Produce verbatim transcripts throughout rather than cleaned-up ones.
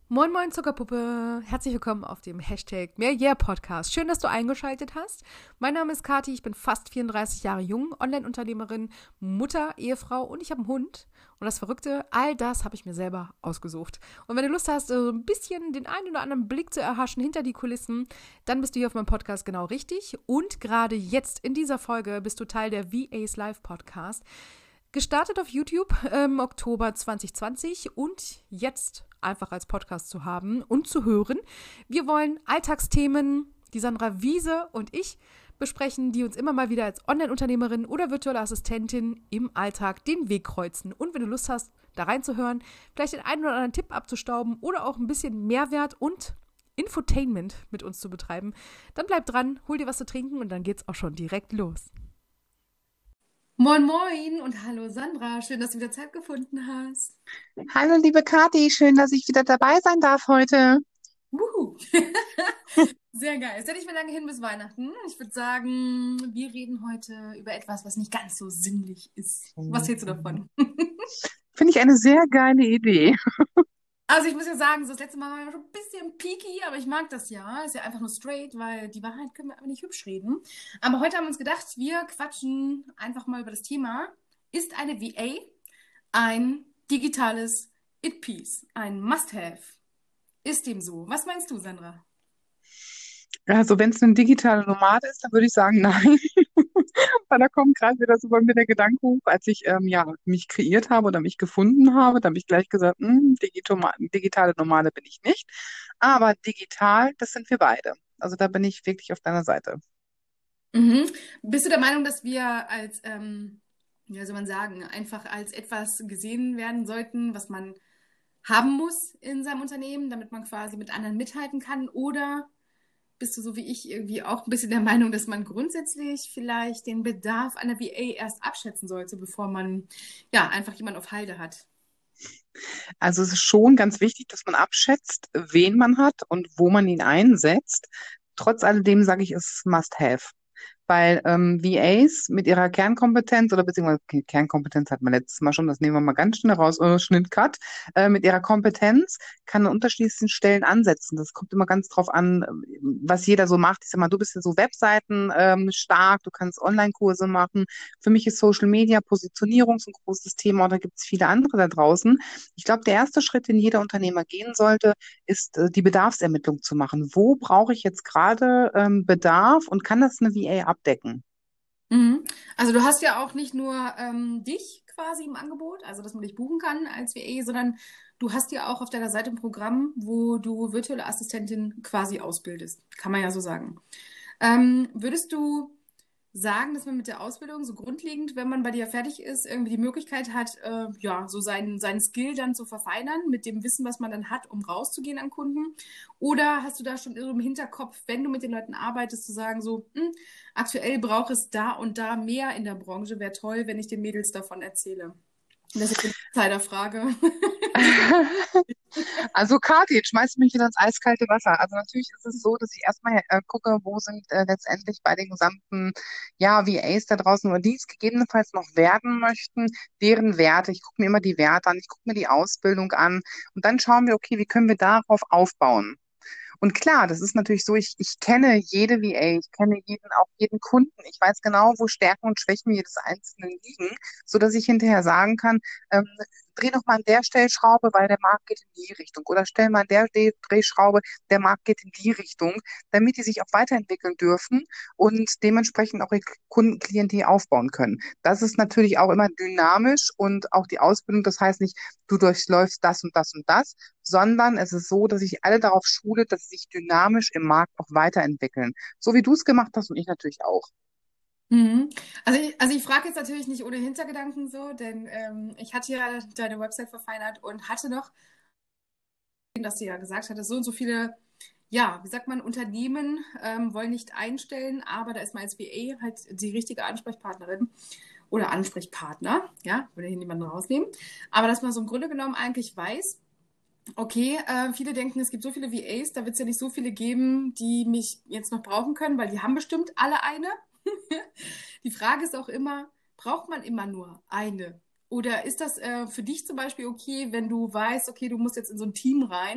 Moin Moin Zuckerpuppe, herzlich willkommen auf dem Hashtag Mehr Yeah Podcast. Schön, dass du eingeschaltet hast. Mein Name ist Kathi, ich bin fast vierunddreißig Jahre jung, Online-Unternehmerin, Mutter, Ehefrau und ich habe einen Hund. Und das Verrückte, all das habe ich mir selber ausgesucht. Und wenn du Lust hast, so ein bisschen den einen oder anderen Blick zu erhaschen hinter die Kulissen, dann bist du hier auf meinem Podcast genau richtig. Und gerade jetzt in dieser Folge bist du Teil der V A's Live Podcast. Gestartet auf YouTube im Oktober zwanzig zwanzig und jetzt einfach als Podcast zu haben und zu hören. Wir wollen Alltagsthemen, die Sandra Wiese und ich besprechen, die uns immer mal wieder als Online-Unternehmerin oder virtuelle Assistentin im Alltag den Weg kreuzen. Und wenn du Lust hast, da reinzuhören, vielleicht den einen oder anderen Tipp abzustauben oder auch ein bisschen Mehrwert und Infotainment mit uns zu betreiben, dann bleib dran, hol dir was zu trinken und dann geht's auch schon direkt los. Moin Moin und hallo Sandra, schön, dass du wieder Zeit gefunden hast. Hallo, liebe Kathi, schön, dass ich wieder dabei sein darf heute. Wuhu. Sehr geil. Ist ja nicht mehr lange hin bis Weihnachten. Ich würde sagen, wir reden heute über etwas, was nicht ganz so sinnlich ist. Was hältst du davon? Finde ich eine sehr geile Idee. Also ich muss ja sagen, so das letzte Mal war ja schon ein bisschen peaky, aber ich mag das ja. Ist ja einfach nur straight, weil die Wahrheit können wir aber nicht hübsch reden. Aber heute haben wir uns gedacht, wir quatschen einfach mal über das Thema. Ist eine V A ein digitales It-Piece, ein Must-Have? Ist dem so? Was meinst du, Sandra? Also, wenn es ein digitaler Nomad ist, dann würde ich sagen, nein. Weil da kommt gerade wieder so bei mir der Gedanke hoch, als ich ähm, ja, mich kreiert habe oder mich gefunden habe, da habe ich gleich gesagt, hm, digitoma- digitale Nomade bin ich nicht. Aber digital, das sind wir beide. Also da bin ich wirklich auf deiner Seite. Mhm. Bist du der Meinung, dass wir als, ähm, ja, soll man sagen, einfach als etwas gesehen werden sollten, was man haben muss in seinem Unternehmen, damit man quasi mit anderen mithalten kann? Oder bist du so wie ich irgendwie auch ein bisschen der Meinung, dass man grundsätzlich vielleicht den Bedarf einer V A erst abschätzen sollte, bevor man ja einfach jemanden auf Halde hat? Also es ist schon ganz wichtig, dass man abschätzt, wen man hat und wo man ihn einsetzt. Trotz alledem sage ich, es ist Must-Have. Weil ähm, V As mit ihrer Kernkompetenz oder beziehungsweise okay, Kernkompetenz hatten wir letztes Mal schon, das nehmen wir mal ganz schnell raus, äh, Schnittcut, äh, mit ihrer Kompetenz kann an unterschiedlichsten Stellen ansetzen. Das kommt immer ganz drauf an, äh, was jeder so macht. Ich sag mal, du bist ja so Webseiten ähm, stark, du kannst Online-Kurse machen. Für mich ist Social Media, Positionierung so ein großes Thema und da gibt es viele andere da draußen. Ich glaube, der erste Schritt, den jeder Unternehmer gehen sollte, ist äh, die Bedarfsermittlung zu machen. Wo brauche ich jetzt gerade ähm, Bedarf und kann das eine V A abdecken? Mhm. Also du hast ja auch nicht nur ähm, dich quasi im Angebot, also dass man dich buchen kann als V A, sondern du hast ja auch auf deiner Seite ein Programm, wo du virtuelle Assistentin quasi ausbildest. Kann man ja so sagen. Ähm, würdest du sagen, dass man mit der Ausbildung so grundlegend, wenn man bei dir fertig ist, irgendwie die Möglichkeit hat, äh, ja, so seinen, seinen Skill dann zu verfeinern mit dem Wissen, was man dann hat, um rauszugehen an Kunden? Oder hast du da schon so im Hinterkopf, wenn du mit den Leuten arbeitest, zu sagen, so, hm, aktuell braucht es da und da mehr in der Branche, wäre toll, wenn ich den Mädels davon erzähle? Das ist jetzt eine Insiderfrage. Also Kathi, jetzt schmeißt du mich wieder ins eiskalte Wasser. Also natürlich ist es so, dass ich erstmal äh, gucke, wo sind äh, letztendlich bei den gesamten ja, V As da draußen oder die es gegebenenfalls noch werden möchten, deren Werte. Ich gucke mir immer die Werte an, ich gucke mir die Ausbildung an und dann schauen wir, okay, wie können wir darauf aufbauen? Und klar, das ist natürlich so, ich, ich kenne jede V A, ich kenne jeden, auch jeden Kunden. Ich weiß genau, wo Stärken und Schwächen jedes Einzelnen liegen, so dass ich hinterher sagen kann, ähm, dreh doch mal an der Stellschraube, weil der Markt geht in die Richtung. Oder stell mal an der De- Drehschraube, der Markt geht in die Richtung, damit die sich auch weiterentwickeln dürfen und dementsprechend auch ihr Kundenklientel aufbauen können. Das ist natürlich auch immer dynamisch und auch die Ausbildung, das heißt nicht, du durchläufst das und das und das, sondern es ist so, dass ich alle darauf schule, dass sie sich dynamisch im Markt auch weiterentwickeln. So wie du es gemacht hast und ich natürlich auch. Mhm. Also ich, also ich frage jetzt natürlich nicht ohne Hintergedanken so, denn ähm, ich hatte ja deine Website verfeinert und hatte noch, dass du ja gesagt hattest, so und so viele, ja, wie sagt man, Unternehmen ähm, wollen nicht einstellen, aber da ist man als V A halt die richtige Ansprechpartnerin oder Ansprechpartner, ja, will hier niemanden rausnehmen, aber dass man so im Grunde genommen eigentlich weiß, okay, äh, viele denken, es gibt so viele V As, da wird es ja nicht so viele geben, die mich jetzt noch brauchen können, weil die haben bestimmt alle eine. Die Frage ist auch immer, braucht man immer nur eine? Oder ist das äh, für dich zum Beispiel okay, wenn du weißt, okay, du musst jetzt in so ein Team rein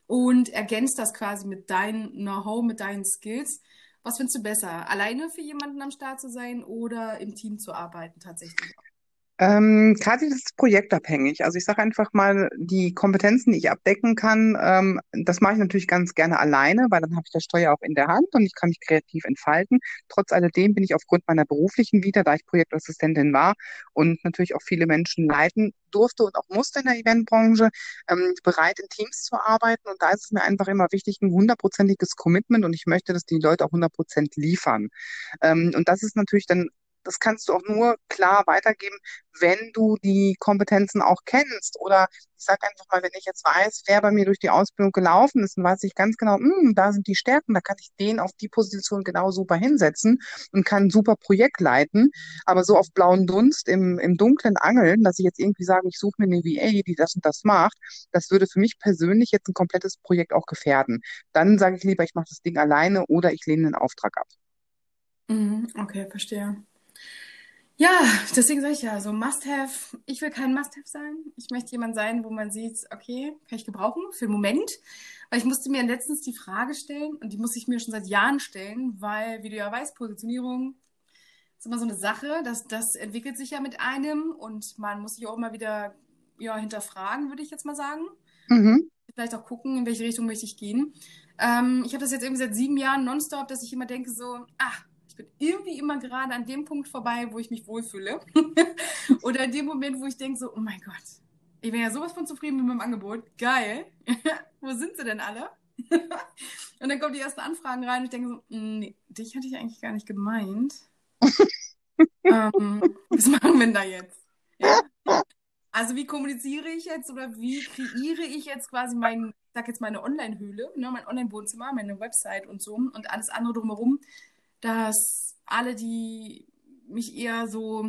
und ergänzt das quasi mit deinem Know-how, mit deinen Skills. Was findest du besser? Alleine für jemanden am Start zu sein oder im Team zu arbeiten tatsächlich? Ähm, gerade das ist projektabhängig. Also ich sage einfach mal, die Kompetenzen, die ich abdecken kann, ähm, das mache ich natürlich ganz gerne alleine, weil dann habe ich das Steuer auch in der Hand und ich kann mich kreativ entfalten. Trotz alledem bin ich aufgrund meiner beruflichen Vita, da ich Projektassistentin war und natürlich auch viele Menschen leiten durfte und auch musste in der Eventbranche, ähm, bereit in Teams zu arbeiten. Und da ist es mir einfach immer wichtig, ein hundertprozentiges Commitment und ich möchte, dass die Leute auch hundert Prozent liefern. Ähm, und das ist natürlich dann, das kannst du auch nur klar weitergeben, wenn du die Kompetenzen auch kennst. Oder ich sage einfach mal, wenn ich jetzt weiß, wer bei mir durch die Ausbildung gelaufen ist, dann weiß ich ganz genau, hm, da sind die Stärken, da kann ich den auf die Position genau super hinsetzen und kann ein super Projekt leiten. Aber so auf blauen Dunst im, im Dunklen angeln, dass ich jetzt irgendwie sage, ich suche mir eine V A, die das und das macht, das würde für mich persönlich jetzt ein komplettes Projekt auch gefährden. Dann sage ich lieber, ich mache das Ding alleine oder ich lehne den Auftrag ab. Mhm, okay, verstehe. Ja, deswegen sage ich ja, so Must-have. Ich will kein Must-have sein. Ich möchte jemand sein, wo man sieht, okay, kann ich gebrauchen für den Moment. Weil ich musste mir letztens die Frage stellen und die muss ich mir schon seit Jahren stellen, weil, wie du ja weißt, Positionierung ist immer so eine Sache, dass das entwickelt sich ja mit einem und man muss sich auch immer wieder ja, hinterfragen, würde ich jetzt mal sagen. Mhm. Vielleicht auch gucken, in welche Richtung möchte ich gehen. Ähm, ich habe das jetzt irgendwie seit sieben Jahren nonstop, dass ich immer denke so, ach, ich bin irgendwie immer gerade an dem Punkt vorbei, wo ich mich wohlfühle. Oder in dem Moment, wo ich denke so, oh mein Gott, ich bin ja sowas von zufrieden mit meinem Angebot. Geil. Wo sind sie denn alle? Und dann kommen die ersten Anfragen rein und ich denke so, nee, dich hatte ich eigentlich gar nicht gemeint. Ähm, was machen wir denn da jetzt? Ja? Also wie kommuniziere ich jetzt oder wie kreiere ich jetzt quasi mein, ich sag jetzt meine Online-Höhle, ne, mein Online-Wohnzimmer, meine Website und so und alles andere drumherum, dass alle, die mich eher so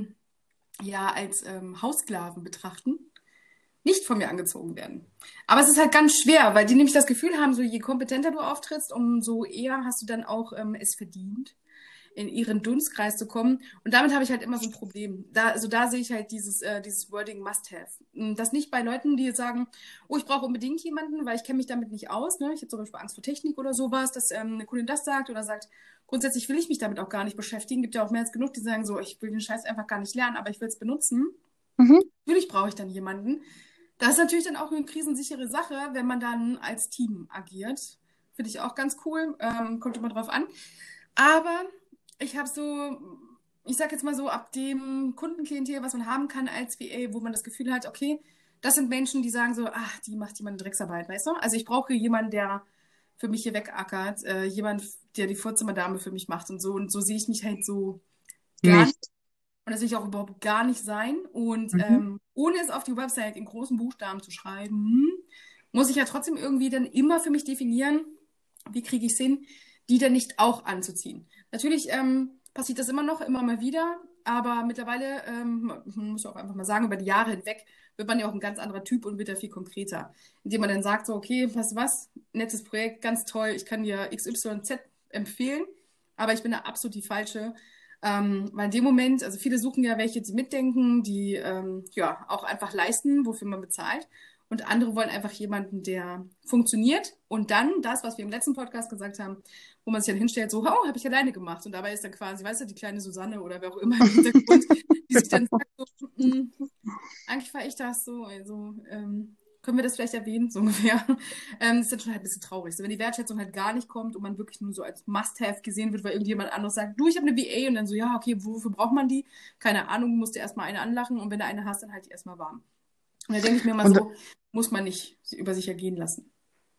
ja als ähm, Haussklaven betrachten, nicht von mir angezogen werden. Aber es ist halt ganz schwer, weil die nämlich das Gefühl haben, so je kompetenter du auftrittst, umso eher hast du dann auch ähm, es verdient, in ihren Dunstkreis zu kommen. Und damit habe ich halt immer so ein Problem. Da, also da sehe ich halt dieses, äh, dieses Wording must have. Das nicht bei Leuten, die jetzt sagen, oh, ich brauche unbedingt jemanden, weil ich kenne mich damit nicht aus. Ne? Ich habe zum Beispiel Angst vor Technik oder sowas, dass ähm, eine Kundin das sagt oder sagt, grundsätzlich will ich mich damit auch gar nicht beschäftigen. Gibt ja auch mehr als genug, die sagen so, ich will den Scheiß einfach gar nicht lernen, aber ich will es benutzen. Mhm. Natürlich brauche ich dann jemanden. Das ist natürlich dann auch eine krisensichere Sache, wenn man dann als Team agiert. Finde ich auch ganz cool. Ähm, kommt immer drauf an. Aber ich habe so, ich sag jetzt mal so, ab dem Kundenklientel, was man haben kann als V A, wo man das Gefühl hat, okay, das sind Menschen, die sagen so, ach, die macht jemand Drecksarbeit, weißt du? Also ich brauche jemanden, der für mich hier wegackert, äh, jemand, der die Vorzimmerdame für mich macht und so. Und so sehe ich mich halt so gar nicht. Nicht. Und das will ich auch überhaupt gar nicht sein. Und Mhm. ähm, ohne es auf die Website in großen Buchstaben zu schreiben, muss ich ja trotzdem irgendwie dann immer für mich definieren, wie kriege ich es hin, die dann nicht auch anzuziehen. Natürlich ähm, passiert das immer noch, immer mal wieder, aber mittlerweile, ähm, man muss auch einfach mal sagen, über die Jahre hinweg wird man ja auch ein ganz anderer Typ und wird ja viel konkreter. Indem man dann sagt, so, okay, weißt du was, nettes Projekt, ganz toll, ich kann dir X Y Z empfehlen, aber ich bin da absolut die Falsche. Ähm, weil in dem Moment, also viele suchen ja welche, die mitdenken, die ähm, ja auch einfach leisten, wofür man bezahlt. Und andere wollen einfach jemanden, der funktioniert und dann das, was wir im letzten Podcast gesagt haben, wo man sich dann hinstellt, so, oh, habe ich alleine gemacht. Und dabei ist dann quasi, weißt du, die kleine Susanne oder wer auch immer im Hintergrund, die sich dann sagt, so, mm, eigentlich war ich das so, also ähm, können wir das vielleicht erwähnen, so ungefähr. Ähm, das ist dann schon halt ein bisschen traurig. So, wenn die Wertschätzung halt gar nicht kommt und man wirklich nur so als Must-Have gesehen wird, weil irgendjemand anderes sagt, du, ich habe eine V A und dann so, ja, okay, wofür braucht man die? Keine Ahnung, musst du erstmal eine anlachen und wenn du eine hast, dann halt die erstmal warm. Und da denke ich mir mal Und so, muss man nicht über sich ergehen lassen.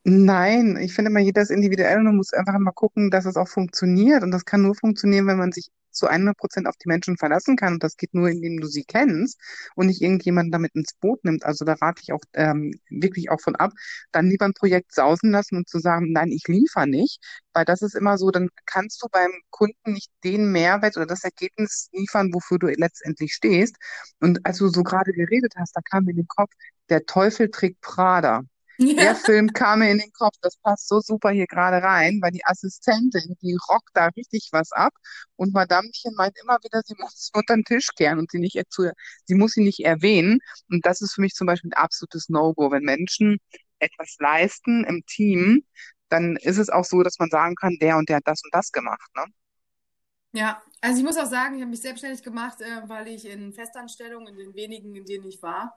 nein, ich finde immer, jeder ist individuell und man muss einfach mal gucken, dass es auch funktioniert. Und das kann nur funktionieren, wenn man sich zu hundert Prozent auf die Menschen verlassen kann. Und das geht nur, indem du sie kennst und nicht irgendjemanden damit ins Boot nimmt. Also da rate ich auch ähm, wirklich auch von ab, dann lieber ein Projekt sausen lassen und zu sagen, nein, ich liefere nicht. Weil das ist immer so, dann kannst du beim Kunden nicht den Mehrwert oder das Ergebnis liefern, wofür du letztendlich stehst. Und als du so gerade geredet hast, da kam mir in den Kopf, der Teufel trägt Prada. Der Ja. Film kam mir in den Kopf, das passt so super hier gerade rein, weil die Assistentin, die rockt da richtig was ab und Madamchen meint immer wieder, sie muss unter den Tisch kehren und sie nicht zu, sie muss sie nicht erwähnen. Und das ist für mich zum Beispiel ein absolutes No-Go, wenn Menschen etwas leisten im Team, dann ist es auch so, dass man sagen kann, der und der hat das und das gemacht, ne? Ja, also ich muss auch sagen, ich habe mich selbstständig gemacht, äh, weil ich in Festanstellungen, in den wenigen, in denen ich war,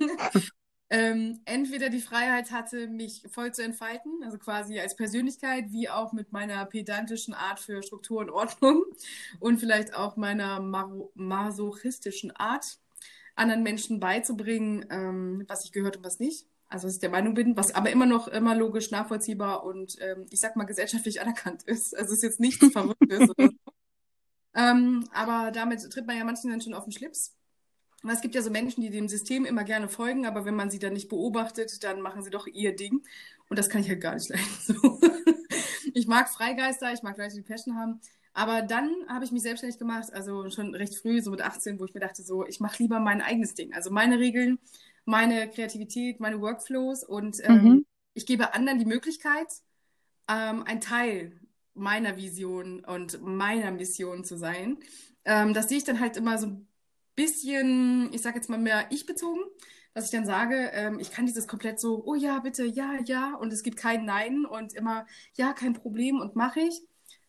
ähm, entweder die Freiheit hatte, mich voll zu entfalten, also quasi als Persönlichkeit, wie auch mit meiner pedantischen Art für Struktur und Ordnung und vielleicht auch meiner maro- masochistischen Art, anderen Menschen beizubringen, ähm, was ich gehört und was nicht. Also was ich der Meinung bin, was aber immer noch immer logisch nachvollziehbar und ähm, ich sag mal gesellschaftlich anerkannt ist. Also es ist jetzt nichts Verrücktes oder so. Ähm, aber damit tritt man ja manchen Menschen auf den Schlips. Weil es gibt ja so Menschen, die dem System immer gerne folgen, aber wenn man sie dann nicht beobachtet, dann machen sie doch ihr Ding. Und das kann ich halt gar nicht leiden. So. Ich mag Freigeister, ich mag Leute, die Passion haben. Aber dann habe ich mich selbstständig gemacht, also schon recht früh, so mit achtzehn, wo ich mir dachte, so, ich mache lieber mein eigenes Ding. Also meine Regeln, meine Kreativität, meine Workflows und Mhm. ähm, ich gebe anderen die Möglichkeit, ähm, ein Teil meiner Vision und meiner Mission zu sein. Ähm, das sehe ich dann halt immer so ein bisschen, ich sage jetzt mal mehr ich-bezogen, dass ich dann sage, ähm, ich kann dieses komplett so, oh ja, bitte, ja, ja, und es gibt kein Nein und immer, ja, kein Problem und mache ich.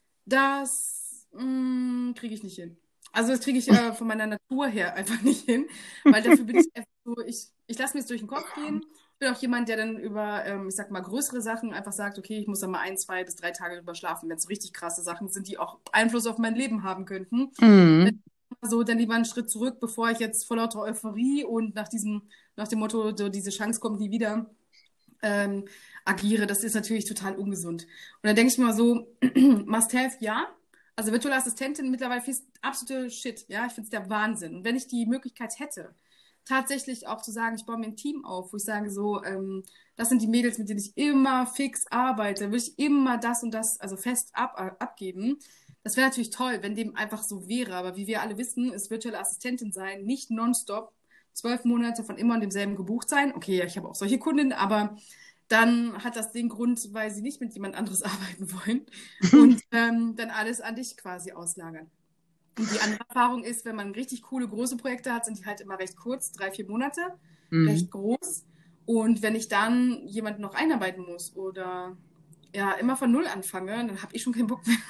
Das mm, kriege ich nicht hin. Also das kriege ich äh, von meiner Natur her einfach nicht hin, weil dafür bin ich einfach so, ich, ich lasse mir es durch den Kopf gehen. Ich bin auch jemand, der dann über, ähm, ich sag mal, größere Sachen einfach sagt, okay, ich muss dann mal ein, zwei bis drei Tage drüber schlafen, wenn es so richtig krasse Sachen sind, die auch Einfluss auf mein Leben haben könnten. Mhm. So, dann lieber einen Schritt zurück, bevor ich jetzt vor lauter Euphorie und nach diesem, nach dem Motto, so, diese Chance kommt nie wieder, ähm, agiere. Das ist natürlich total ungesund. Und dann denke ich mir mal so, must have, ja. Also virtuelle Assistentin mittlerweile ist absolute Shit, ja. Ich finde es der Wahnsinn. Und wenn ich die Möglichkeit hätte, tatsächlich auch zu sagen, ich baue mir ein Team auf, wo ich sage so, ähm, das sind die Mädels, mit denen ich immer fix arbeite, würde ich immer das und das, also fest ab, äh, abgeben. Das wäre natürlich toll, wenn dem einfach so wäre. Aber wie wir alle wissen, ist virtuelle Assistentin sein nicht nonstop zwölf Monate von immer und demselben gebucht sein. Okay, ja, ich habe auch solche Kundinnen, aber dann hat das den Grund, weil sie nicht mit jemand anderes arbeiten wollen und ähm, dann alles an dich quasi auslagern. Und die andere Erfahrung ist, wenn man richtig coole, große Projekte hat, sind die halt immer recht kurz, drei, vier Monate, Mhm. recht groß. Und wenn ich dann jemanden noch einarbeiten muss oder ja, immer von Null anfange, dann habe ich schon keinen Bock mehr.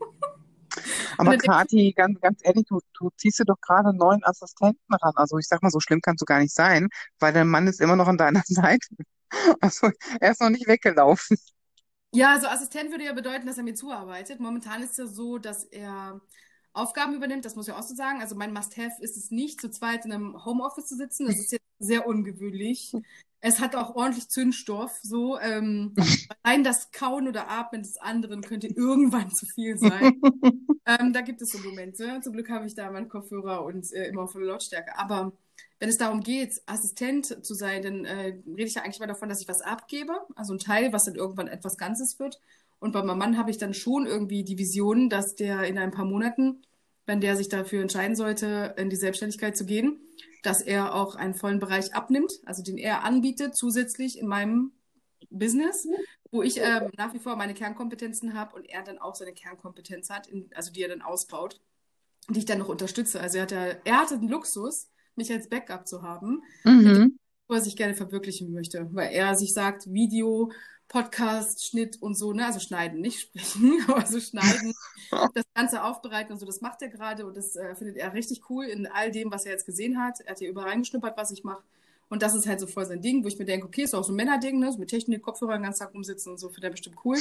Und Aber dann denke ich, Kathi, ganz, ganz ehrlich, du, du ziehst dir doch gerade einen neuen Assistenten ran. Also ich sag mal, so schlimm kannst du gar nicht sein, weil dein Mann ist immer noch an deiner Seite. Also er ist noch nicht weggelaufen. ja, so Assistent würde ja bedeuten, dass er mir zuarbeitet. Momentan ist es ja so, dass er Aufgaben übernimmt, das muss ich auch so sagen. Also mein Must-have ist es nicht, zu zweit in einem Homeoffice zu sitzen. Das ist jetzt sehr ungewöhnlich. Es hat auch ordentlich Zündstoff. So, ähm, allein das Kauen oder Atmen des anderen könnte irgendwann zu viel sein. Ähm, da gibt es so Momente. Zum Glück habe ich da meinen Kopfhörer und äh, immer volle Lautstärke. Aber wenn es darum geht, Assistent zu sein, dann äh, rede ich ja eigentlich mal davon, dass ich was abgebe, also ein Teil, was dann irgendwann etwas Ganzes wird. Und bei meinem Mann habe ich dann schon irgendwie die Vision, dass der in ein paar Monaten, wenn der sich dafür entscheiden sollte, in die Selbstständigkeit zu gehen, dass er auch einen vollen Bereich abnimmt, also den er anbietet, zusätzlich in meinem Business, wo ich ähm, nach wie vor meine Kernkompetenzen habe und er dann auch seine Kernkompetenz hat, in, also die er dann ausbaut, die ich dann noch unterstütze. Also er hat ja, er hatte den Luxus, mich als Backup zu haben, in dem Mhm. wo er sich gerne verwirklichen möchte, weil er sich sagt, Video, Podcast, Schnitt und so, ne, also schneiden, nicht sprechen, aber so schneiden, das Ganze aufbereiten und so, das macht er gerade und das äh, findet er richtig cool in all dem, was er jetzt gesehen hat. Er hat hier überall reingeschnuppert, was ich mache. Und das ist halt so voll sein Ding, wo ich mir denke, okay, ist auch so ein Männerding, ne? So mit Technik, Kopfhörer den ganzen Tag umsitzen und so, findet er bestimmt cool.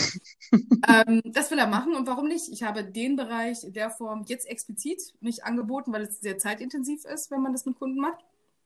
Ähm, das will er machen und warum nicht? Ich habe den Bereich in der Form jetzt explizit nicht angeboten, weil es sehr zeitintensiv ist, wenn man das mit Kunden macht.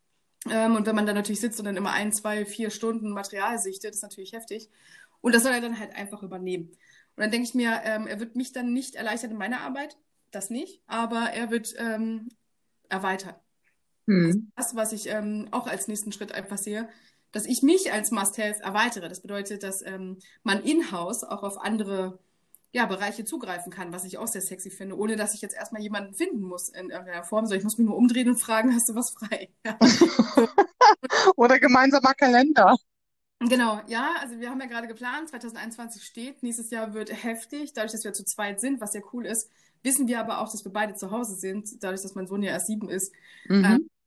Ähm, und wenn man dann natürlich sitzt und dann immer ein, zwei, vier Stunden Material sichtet, ist natürlich heftig. Und das soll er dann halt einfach übernehmen. Und dann denke ich mir, ähm, er wird mich dann nicht erleichtern in meiner Arbeit, das nicht, aber er wird ähm, erweitern. Also Mhm. das, was ich ähm, auch als nächsten Schritt einfach sehe, dass ich mich als Must-Have erweitere. Das bedeutet, dass ähm, man in-house auch auf andere ja, Bereiche zugreifen kann, was ich auch sehr sexy finde, ohne dass ich jetzt erstmal jemanden finden muss in irgendeiner Form. So, ich muss mich nur umdrehen und fragen, hast du was frei? Ja. So, Oder gemeinsamer Kalender. genau, ja, also wir haben ja gerade geplant, zwanzig einundzwanzig steht, nächstes Jahr wird heftig, dadurch, dass wir zu zweit sind, was ja cool ist, wissen wir aber auch, dass wir beide zu Hause sind, dadurch, dass mein Sohn ja erst sieben ist. Ähm, Mhm.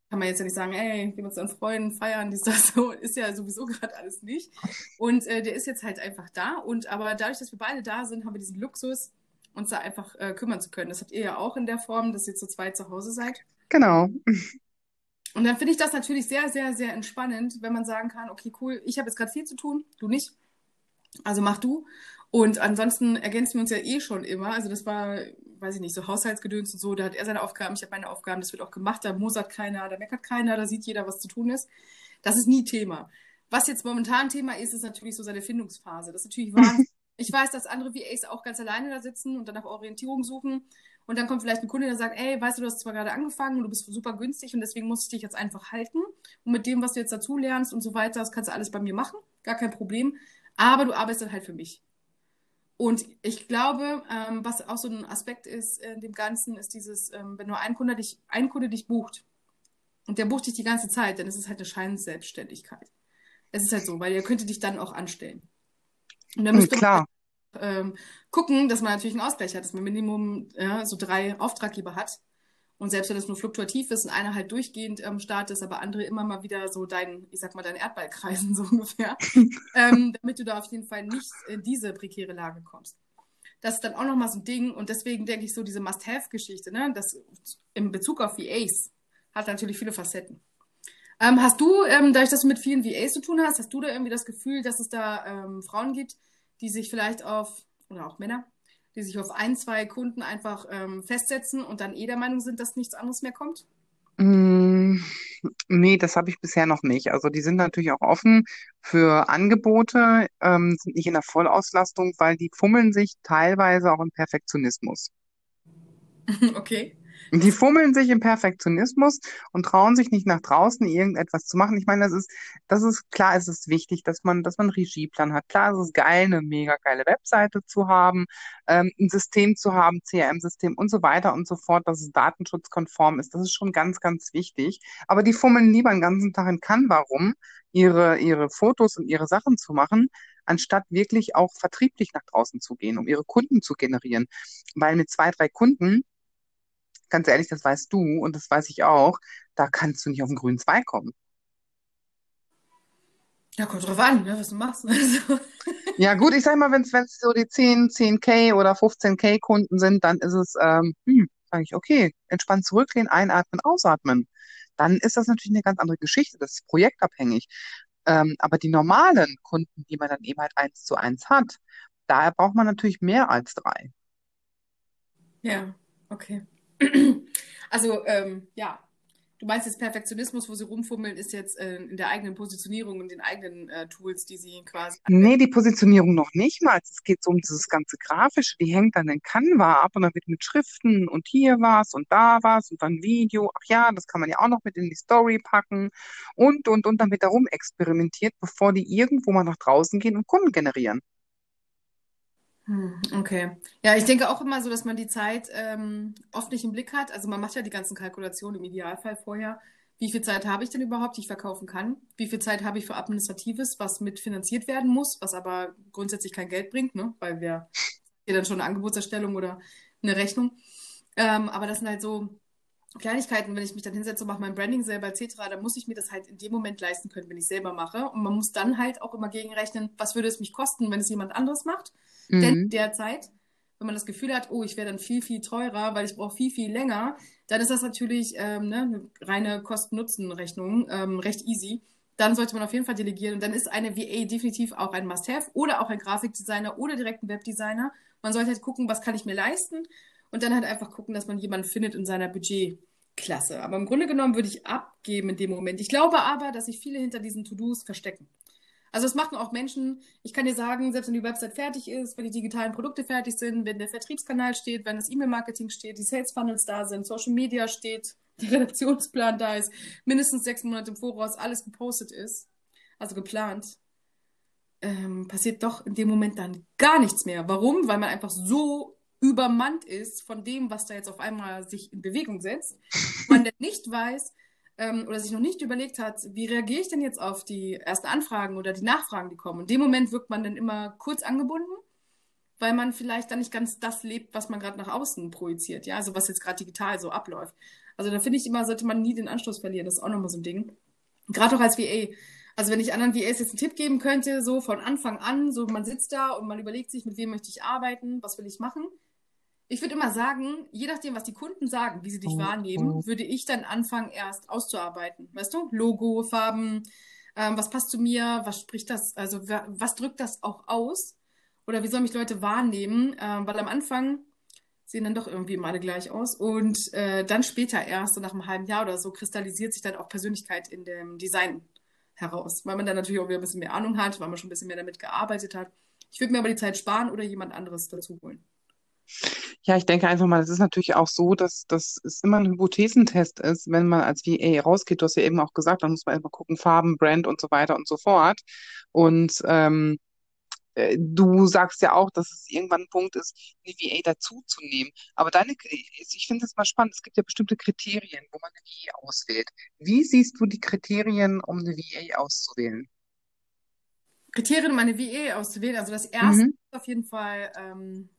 kann man jetzt ja nicht sagen, ey, gehen wir uns dann freuen, feiern, dies, das, so, ist ja sowieso gerade alles nicht. Und äh, der ist jetzt halt einfach da. Und aber dadurch, dass wir beide da sind, haben wir diesen Luxus, uns da einfach äh, kümmern zu können. Das habt ihr ja auch in der Form, dass ihr zu zweit zu Hause seid. Genau. Und dann finde ich das natürlich sehr, sehr, sehr entspannend, wenn man sagen kann, okay, cool, ich habe jetzt gerade viel zu tun, du nicht. Also mach du. Und ansonsten ergänzen wir uns ja eh schon immer. Also das war, weiß ich nicht, so Haushaltsgedöns und so. Da hat er seine Aufgaben, ich habe meine Aufgaben. Das wird auch gemacht. Da mosert keiner, da meckert keiner, da sieht jeder, was zu tun ist. Das ist nie Thema. Was jetzt momentan Thema ist, ist natürlich so seine Findungsphase. Das ist natürlich Wahnsinn. Ich weiß, dass andere V As auch ganz alleine da sitzen und dann nach Orientierung suchen. Und dann kommt vielleicht ein Kunde, der sagt, ey, weißt du, du hast zwar gerade angefangen und du bist super günstig und deswegen muss ich dich jetzt einfach halten. Und mit dem, was du jetzt dazu lernst und so weiter, das kannst du alles bei mir machen. Gar kein Problem. Aber du arbeitest dann halt für mich. Und ich glaube, ähm, was auch so ein Aspekt ist in dem Ganzen, ist dieses, ähm, wenn nur ein Kunde dich, ein Kunde dich bucht und der bucht dich die ganze Zeit, dann ist es halt eine Scheinselbstständigkeit. Es ist halt so, weil er könnte dich dann auch anstellen. Und da Mhm, müsste man klar. ähm, gucken, dass man natürlich einen Ausgleich hat, dass man Minimum ja, so drei Auftraggeber hat. Und selbst wenn es nur fluktuativ ist und einer halt durchgehend am Start ist, aber andere immer mal wieder so dein, ich sag mal, dein Erdball kreisen, so ungefähr, ähm, damit du da auf jeden Fall nicht in diese prekäre Lage kommst. Das ist dann auch nochmal so ein Ding und deswegen denke ich so, diese Must-Have-Geschichte, ne, das in Bezug auf V As hat natürlich viele Facetten. Ähm, hast du, ähm, dadurch, dass du mit vielen V As zu tun hast, hast du da irgendwie das Gefühl, dass es da ähm, Frauen gibt, die sich vielleicht auf, oder auch Männer, die sich auf ein, zwei Kunden einfach ähm, festsetzen und dann eh der Meinung sind, dass nichts anderes mehr kommt? Mm, nee, das habe ich bisher noch nicht. Also die sind natürlich auch offen für Angebote, ähm, sind nicht in der Vollauslastung, weil die fummeln sich teilweise auch im Perfektionismus. Okay. Die Das, fummeln sich im Perfektionismus und trauen sich nicht nach draußen irgendetwas zu machen. Ich meine, das ist, das ist klar, es ist wichtig, dass man, dass man einen Regieplan hat. Klar, es ist geil, eine mega geile Webseite zu haben, ähm, ein System zu haben, C R M-System und so weiter und so fort, dass es datenschutzkonform ist. Das ist schon ganz, ganz wichtig. Aber die fummeln lieber den ganzen Tag in Canva rum, ihre, ihre Fotos und ihre Sachen zu machen, anstatt wirklich auch vertrieblich nach draußen zu gehen, um ihre Kunden zu generieren. Weil mit zwei, drei Kunden, ganz ehrlich, das weißt du und das weiß ich auch, da kannst du nicht auf den grünen Zweig kommen. ja, kommt drauf an, ne, was du machst. Also, Ja gut, ich sag mal, wenn es so die zehn, zehn K oder fünfzehn K Kunden sind, dann ist es, ähm, hm, sage ich, okay, entspannt zurücklehnen, einatmen, ausatmen. Dann ist das natürlich eine ganz andere Geschichte, das ist projektabhängig. Ähm, aber die normalen Kunden, die man dann eben halt eins zu eins hat, da braucht man natürlich mehr als drei. ja, okay. Also, ähm, ja, du meinst jetzt Perfektionismus, wo sie rumfummeln, ist jetzt äh, in der eigenen Positionierung und den eigenen äh, Tools, die sie quasi anwenden. Nee, die Positionierung noch nicht mal. Es geht so um dieses ganze Grafische, die hängt dann in Canva ab und dann wird mit Schriften und hier was und da was und dann Video. Ach ja, das kann man ja auch noch mit in die Story packen und, und, und dann wird da rum experimentiert, bevor die irgendwo mal nach draußen gehen und Kunden generieren. Hm, okay. Ja, ich denke auch immer so, dass man die Zeit ähm, oft nicht im Blick hat. Also man macht ja die ganzen Kalkulationen im Idealfall vorher. Wie viel Zeit habe ich denn überhaupt, die ich verkaufen kann? Wie viel Zeit habe ich für Administratives, was mitfinanziert werden muss, was aber grundsätzlich kein Geld bringt, ne? Weil wir hier dann schon eine Angebotserstellung oder eine Rechnung. Ähm, aber das sind halt so Kleinigkeiten, wenn ich mich dann hinsetze und mache mein Branding selber et cetera, dann muss ich mir das halt in dem Moment leisten können, wenn ich es selber mache. Und man muss dann halt auch immer gegenrechnen, was würde es mich kosten, wenn es jemand anderes macht. Denn Mhm. derzeit, wenn man das Gefühl hat, oh, ich wäre dann viel, viel teurer, weil ich brauche viel, viel länger, dann ist das natürlich ähm, ne, eine reine Kosten-Nutzen-Rechnung, ähm, recht easy. Dann sollte man auf jeden Fall delegieren und dann ist eine V A definitiv auch ein Must-Have oder auch ein Grafikdesigner oder direkt ein Webdesigner. Man sollte halt gucken, was kann ich mir leisten und dann halt einfach gucken, dass man jemanden findet in seiner Budgetklasse. Aber im Grunde genommen würde ich abgeben in dem Moment. Ich glaube aber, dass sich viele hinter diesen To-Dos verstecken. Also das machen auch Menschen, ich kann dir sagen, selbst wenn die Website fertig ist, wenn die digitalen Produkte fertig sind, wenn der Vertriebskanal steht, wenn das E-Mail-Marketing steht, die Sales Funnels da sind, Social Media steht, der Redaktionsplan da ist, mindestens sechs Monate im Voraus alles gepostet ist, also geplant, ähm, passiert doch in dem Moment dann gar nichts mehr. Warum? Weil man einfach so übermannt ist von dem, was da jetzt auf einmal sich in Bewegung setzt. Man denn nicht weiß ähm, oder sich noch nicht überlegt hat, wie reagiere ich denn jetzt auf die ersten Anfragen oder die Nachfragen, die kommen. In dem Moment wirkt man dann immer kurz angebunden, weil man vielleicht dann nicht ganz das lebt, was man gerade nach außen projiziert, ja, also was jetzt gerade digital so abläuft. Also da finde ich immer, sollte man nie den Anschluss verlieren. Das ist auch nochmal so ein Ding. Gerade auch als V A. Also wenn ich anderen V As jetzt einen Tipp geben könnte, so von Anfang an, so man sitzt da und man überlegt sich, mit wem möchte ich arbeiten, was will ich machen. Ich würde immer sagen, je nachdem, was die Kunden sagen, wie sie dich wahrnehmen, würde ich dann anfangen, erst auszuarbeiten. Weißt du? Logo, Farben, ähm, was passt zu mir, was spricht das, also wa- was drückt das auch aus? Oder wie sollen mich Leute wahrnehmen? Ähm, weil am Anfang sehen dann doch irgendwie immer alle gleich aus. Und äh, dann später erst, so nach einem halben Jahr oder so, kristallisiert sich dann auch Persönlichkeit in dem Design heraus. Weil man dann natürlich auch wieder ein bisschen mehr Ahnung hat, weil man schon ein bisschen mehr damit gearbeitet hat. Ich würde mir aber die Zeit sparen oder jemand anderes dazu holen. Ja, ich denke einfach mal, es ist natürlich auch so, dass, dass es immer ein Hypothesentest ist, wenn man als V A rausgeht. Du hast ja eben auch gesagt, dann muss man erstmal gucken, Farben, Brand und so weiter und so fort. Und ähm, äh, du sagst ja auch, dass es irgendwann ein Punkt ist, eine V A dazuzunehmen. Aber deine, ich finde es mal spannend, es gibt ja bestimmte Kriterien, wo man eine V A auswählt. Wie siehst du die Kriterien, um eine V A auszuwählen? Kriterien, um eine V A auszuwählen. Also das erste Mhm. ist auf jeden Fall, ähm,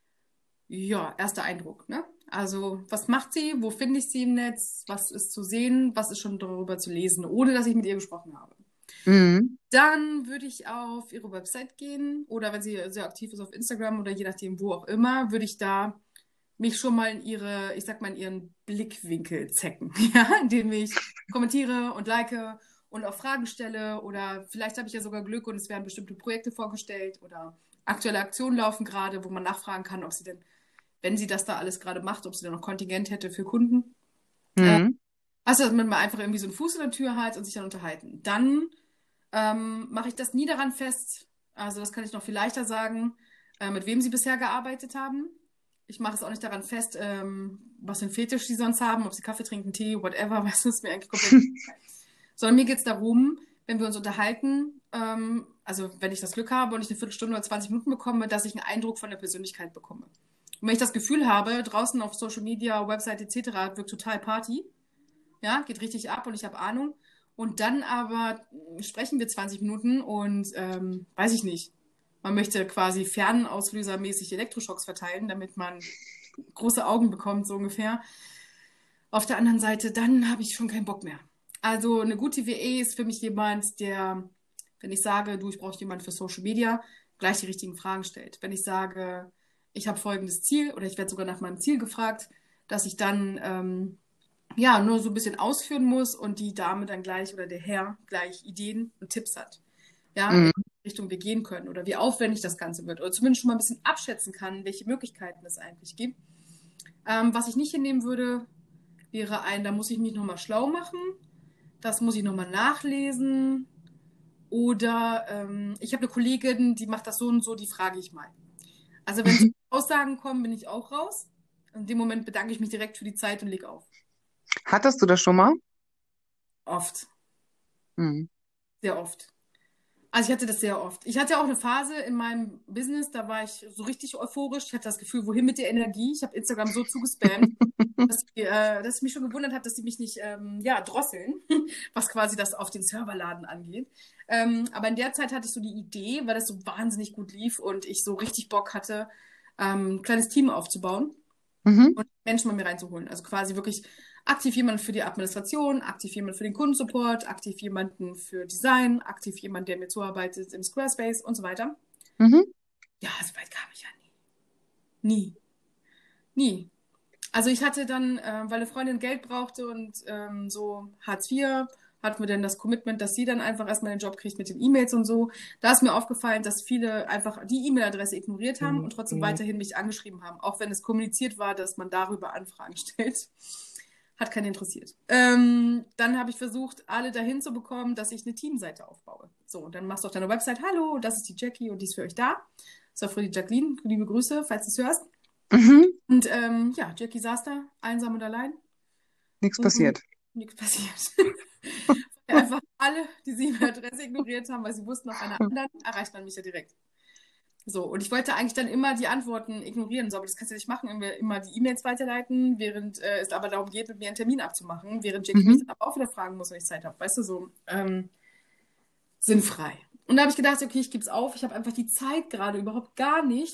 ja, erster Eindruck, ne? Also, was macht sie? Wo finde ich sie im Netz? Was ist zu sehen? Was ist schon darüber zu lesen, ohne dass ich mit ihr gesprochen habe? Mhm. Dann würde ich auf ihre Website gehen oder wenn sie sehr aktiv ist auf Instagram oder je nachdem wo auch immer, würde ich da mich schon mal in ihre, ich sag mal, in ihren Blickwinkel zecken, ja, indem ich kommentiere und like und auch Fragen stelle oder vielleicht habe ich ja sogar Glück und es werden bestimmte Projekte vorgestellt oder aktuelle Aktionen laufen gerade, wo man nachfragen kann, ob sie denn, wenn sie das da alles gerade macht, ob sie dann noch Kontingent hätte für Kunden. Äh, Mhm. also, dass man mal einfach irgendwie so einen Fuß in der Tür hat und sich dann unterhalten. Dann ähm, mache ich das nie daran fest, also das kann ich noch viel leichter sagen, äh, mit wem sie bisher gearbeitet haben. Ich mache es auch nicht daran fest, ähm, was für einen Fetisch sie sonst haben, ob sie Kaffee trinken, Tee, whatever, weißt du, ist mir eigentlich komplett. Sondern mir geht es darum, wenn wir uns unterhalten, ähm, also wenn ich das Glück habe und ich eine Viertelstunde oder zwanzig Minuten bekomme, dass ich einen Eindruck von der Persönlichkeit bekomme. Und wenn ich das Gefühl habe, draußen auf Social Media, Website et cetera wirkt total Party, ja, geht richtig ab und ich habe Ahnung. Und dann aber sprechen wir zwanzig Minuten und ähm, weiß ich nicht. Man möchte quasi fernauslösermäßig Elektroschocks verteilen, damit man große Augen bekommt, so ungefähr. Auf der anderen Seite, dann habe ich schon keinen Bock mehr. Also eine gute V A ist für mich jemand, der, wenn ich sage, du, ich brauche jemanden für Social Media, gleich die richtigen Fragen stellt. Wenn ich sage, ich habe folgendes Ziel oder ich werde sogar nach meinem Ziel gefragt, dass ich dann ähm, ja, nur so ein bisschen ausführen muss und die Dame dann gleich oder der Herr gleich Ideen und Tipps hat. Ja, in Mhm. welche Richtung wir gehen können oder wie aufwendig das Ganze wird oder zumindest schon mal ein bisschen abschätzen kann, welche Möglichkeiten es eigentlich gibt. Ähm, was ich nicht hinnehmen würde, wäre ein, da muss ich mich nochmal schlau machen, das muss ich nochmal nachlesen oder ähm, ich habe eine Kollegin, die macht das so und so, die frage ich mal. Also wenn so Mhm. Aussagen kommen, bin ich auch raus. In dem Moment bedanke ich mich direkt für die Zeit und leg auf. Hattest du das schon mal? Oft, Mhm. sehr oft. Also ich hatte das sehr oft. Ich hatte auch eine Phase in meinem Business, da war ich so richtig euphorisch. Ich hatte das Gefühl, wohin mit der Energie? Ich habe Instagram so zugespammt, dass, ich, äh, dass ich mich schon gewundert habe, dass die mich nicht ähm, ja, drosseln, was quasi das auf den Serverladen angeht. Ähm, aber in der Zeit hatte ich so die Idee, weil das so wahnsinnig gut lief und ich so richtig Bock hatte, ähm, ein kleines Team aufzubauen Mhm. und Menschen bei mir reinzuholen. Also quasi wirklich aktiv jemanden für die Administration, aktiv jemanden für den Kundensupport, aktiv jemanden für Design, aktiv jemand, der mir zuarbeitet im Squarespace und so weiter. Mhm. Ja, so weit kam ich ja nie. Nie. Nie. Also ich hatte dann, äh, weil eine Freundin Geld brauchte und ähm, so Hartz vier, hatten wir dann das Commitment, dass sie dann einfach erstmal den Job kriegt mit den E-Mails und so. Da ist mir aufgefallen, dass viele einfach die E-Mail-Adresse ignoriert haben und trotzdem weiterhin mich angeschrieben haben, auch wenn es kommuniziert war, dass man darüber Anfragen stellt. Hat keinen interessiert. Ähm, dann habe ich versucht, alle dahin zu bekommen, dass ich eine Teamseite aufbaue. So, und dann machst du auf deiner Website, hallo, das ist die Jackie und die ist für euch da. Das war für die Jacqueline, liebe Grüße, falls du es hörst. Mhm. Und ähm, ja, Jackie saß da, einsam und allein Nichts und passiert. nichts passiert. Weil einfach alle diese E-Mail-Adresse ignoriert haben, weil sie wussten, auf einer anderen erreicht man mich ja direkt. So, und ich wollte eigentlich dann immer die Antworten ignorieren, so, aber das kannst du nicht machen, immer, immer die E-Mails weiterleiten, während äh, es aber darum geht, mit mir einen Termin abzumachen, während Jackie mich Mhm. dann aber auch wieder fragen muss, wenn ich Zeit habe. Weißt du, so ähm, sinnfrei. Und da habe ich gedacht, okay, ich gebe es auf, ich habe einfach die Zeit gerade überhaupt gar nicht,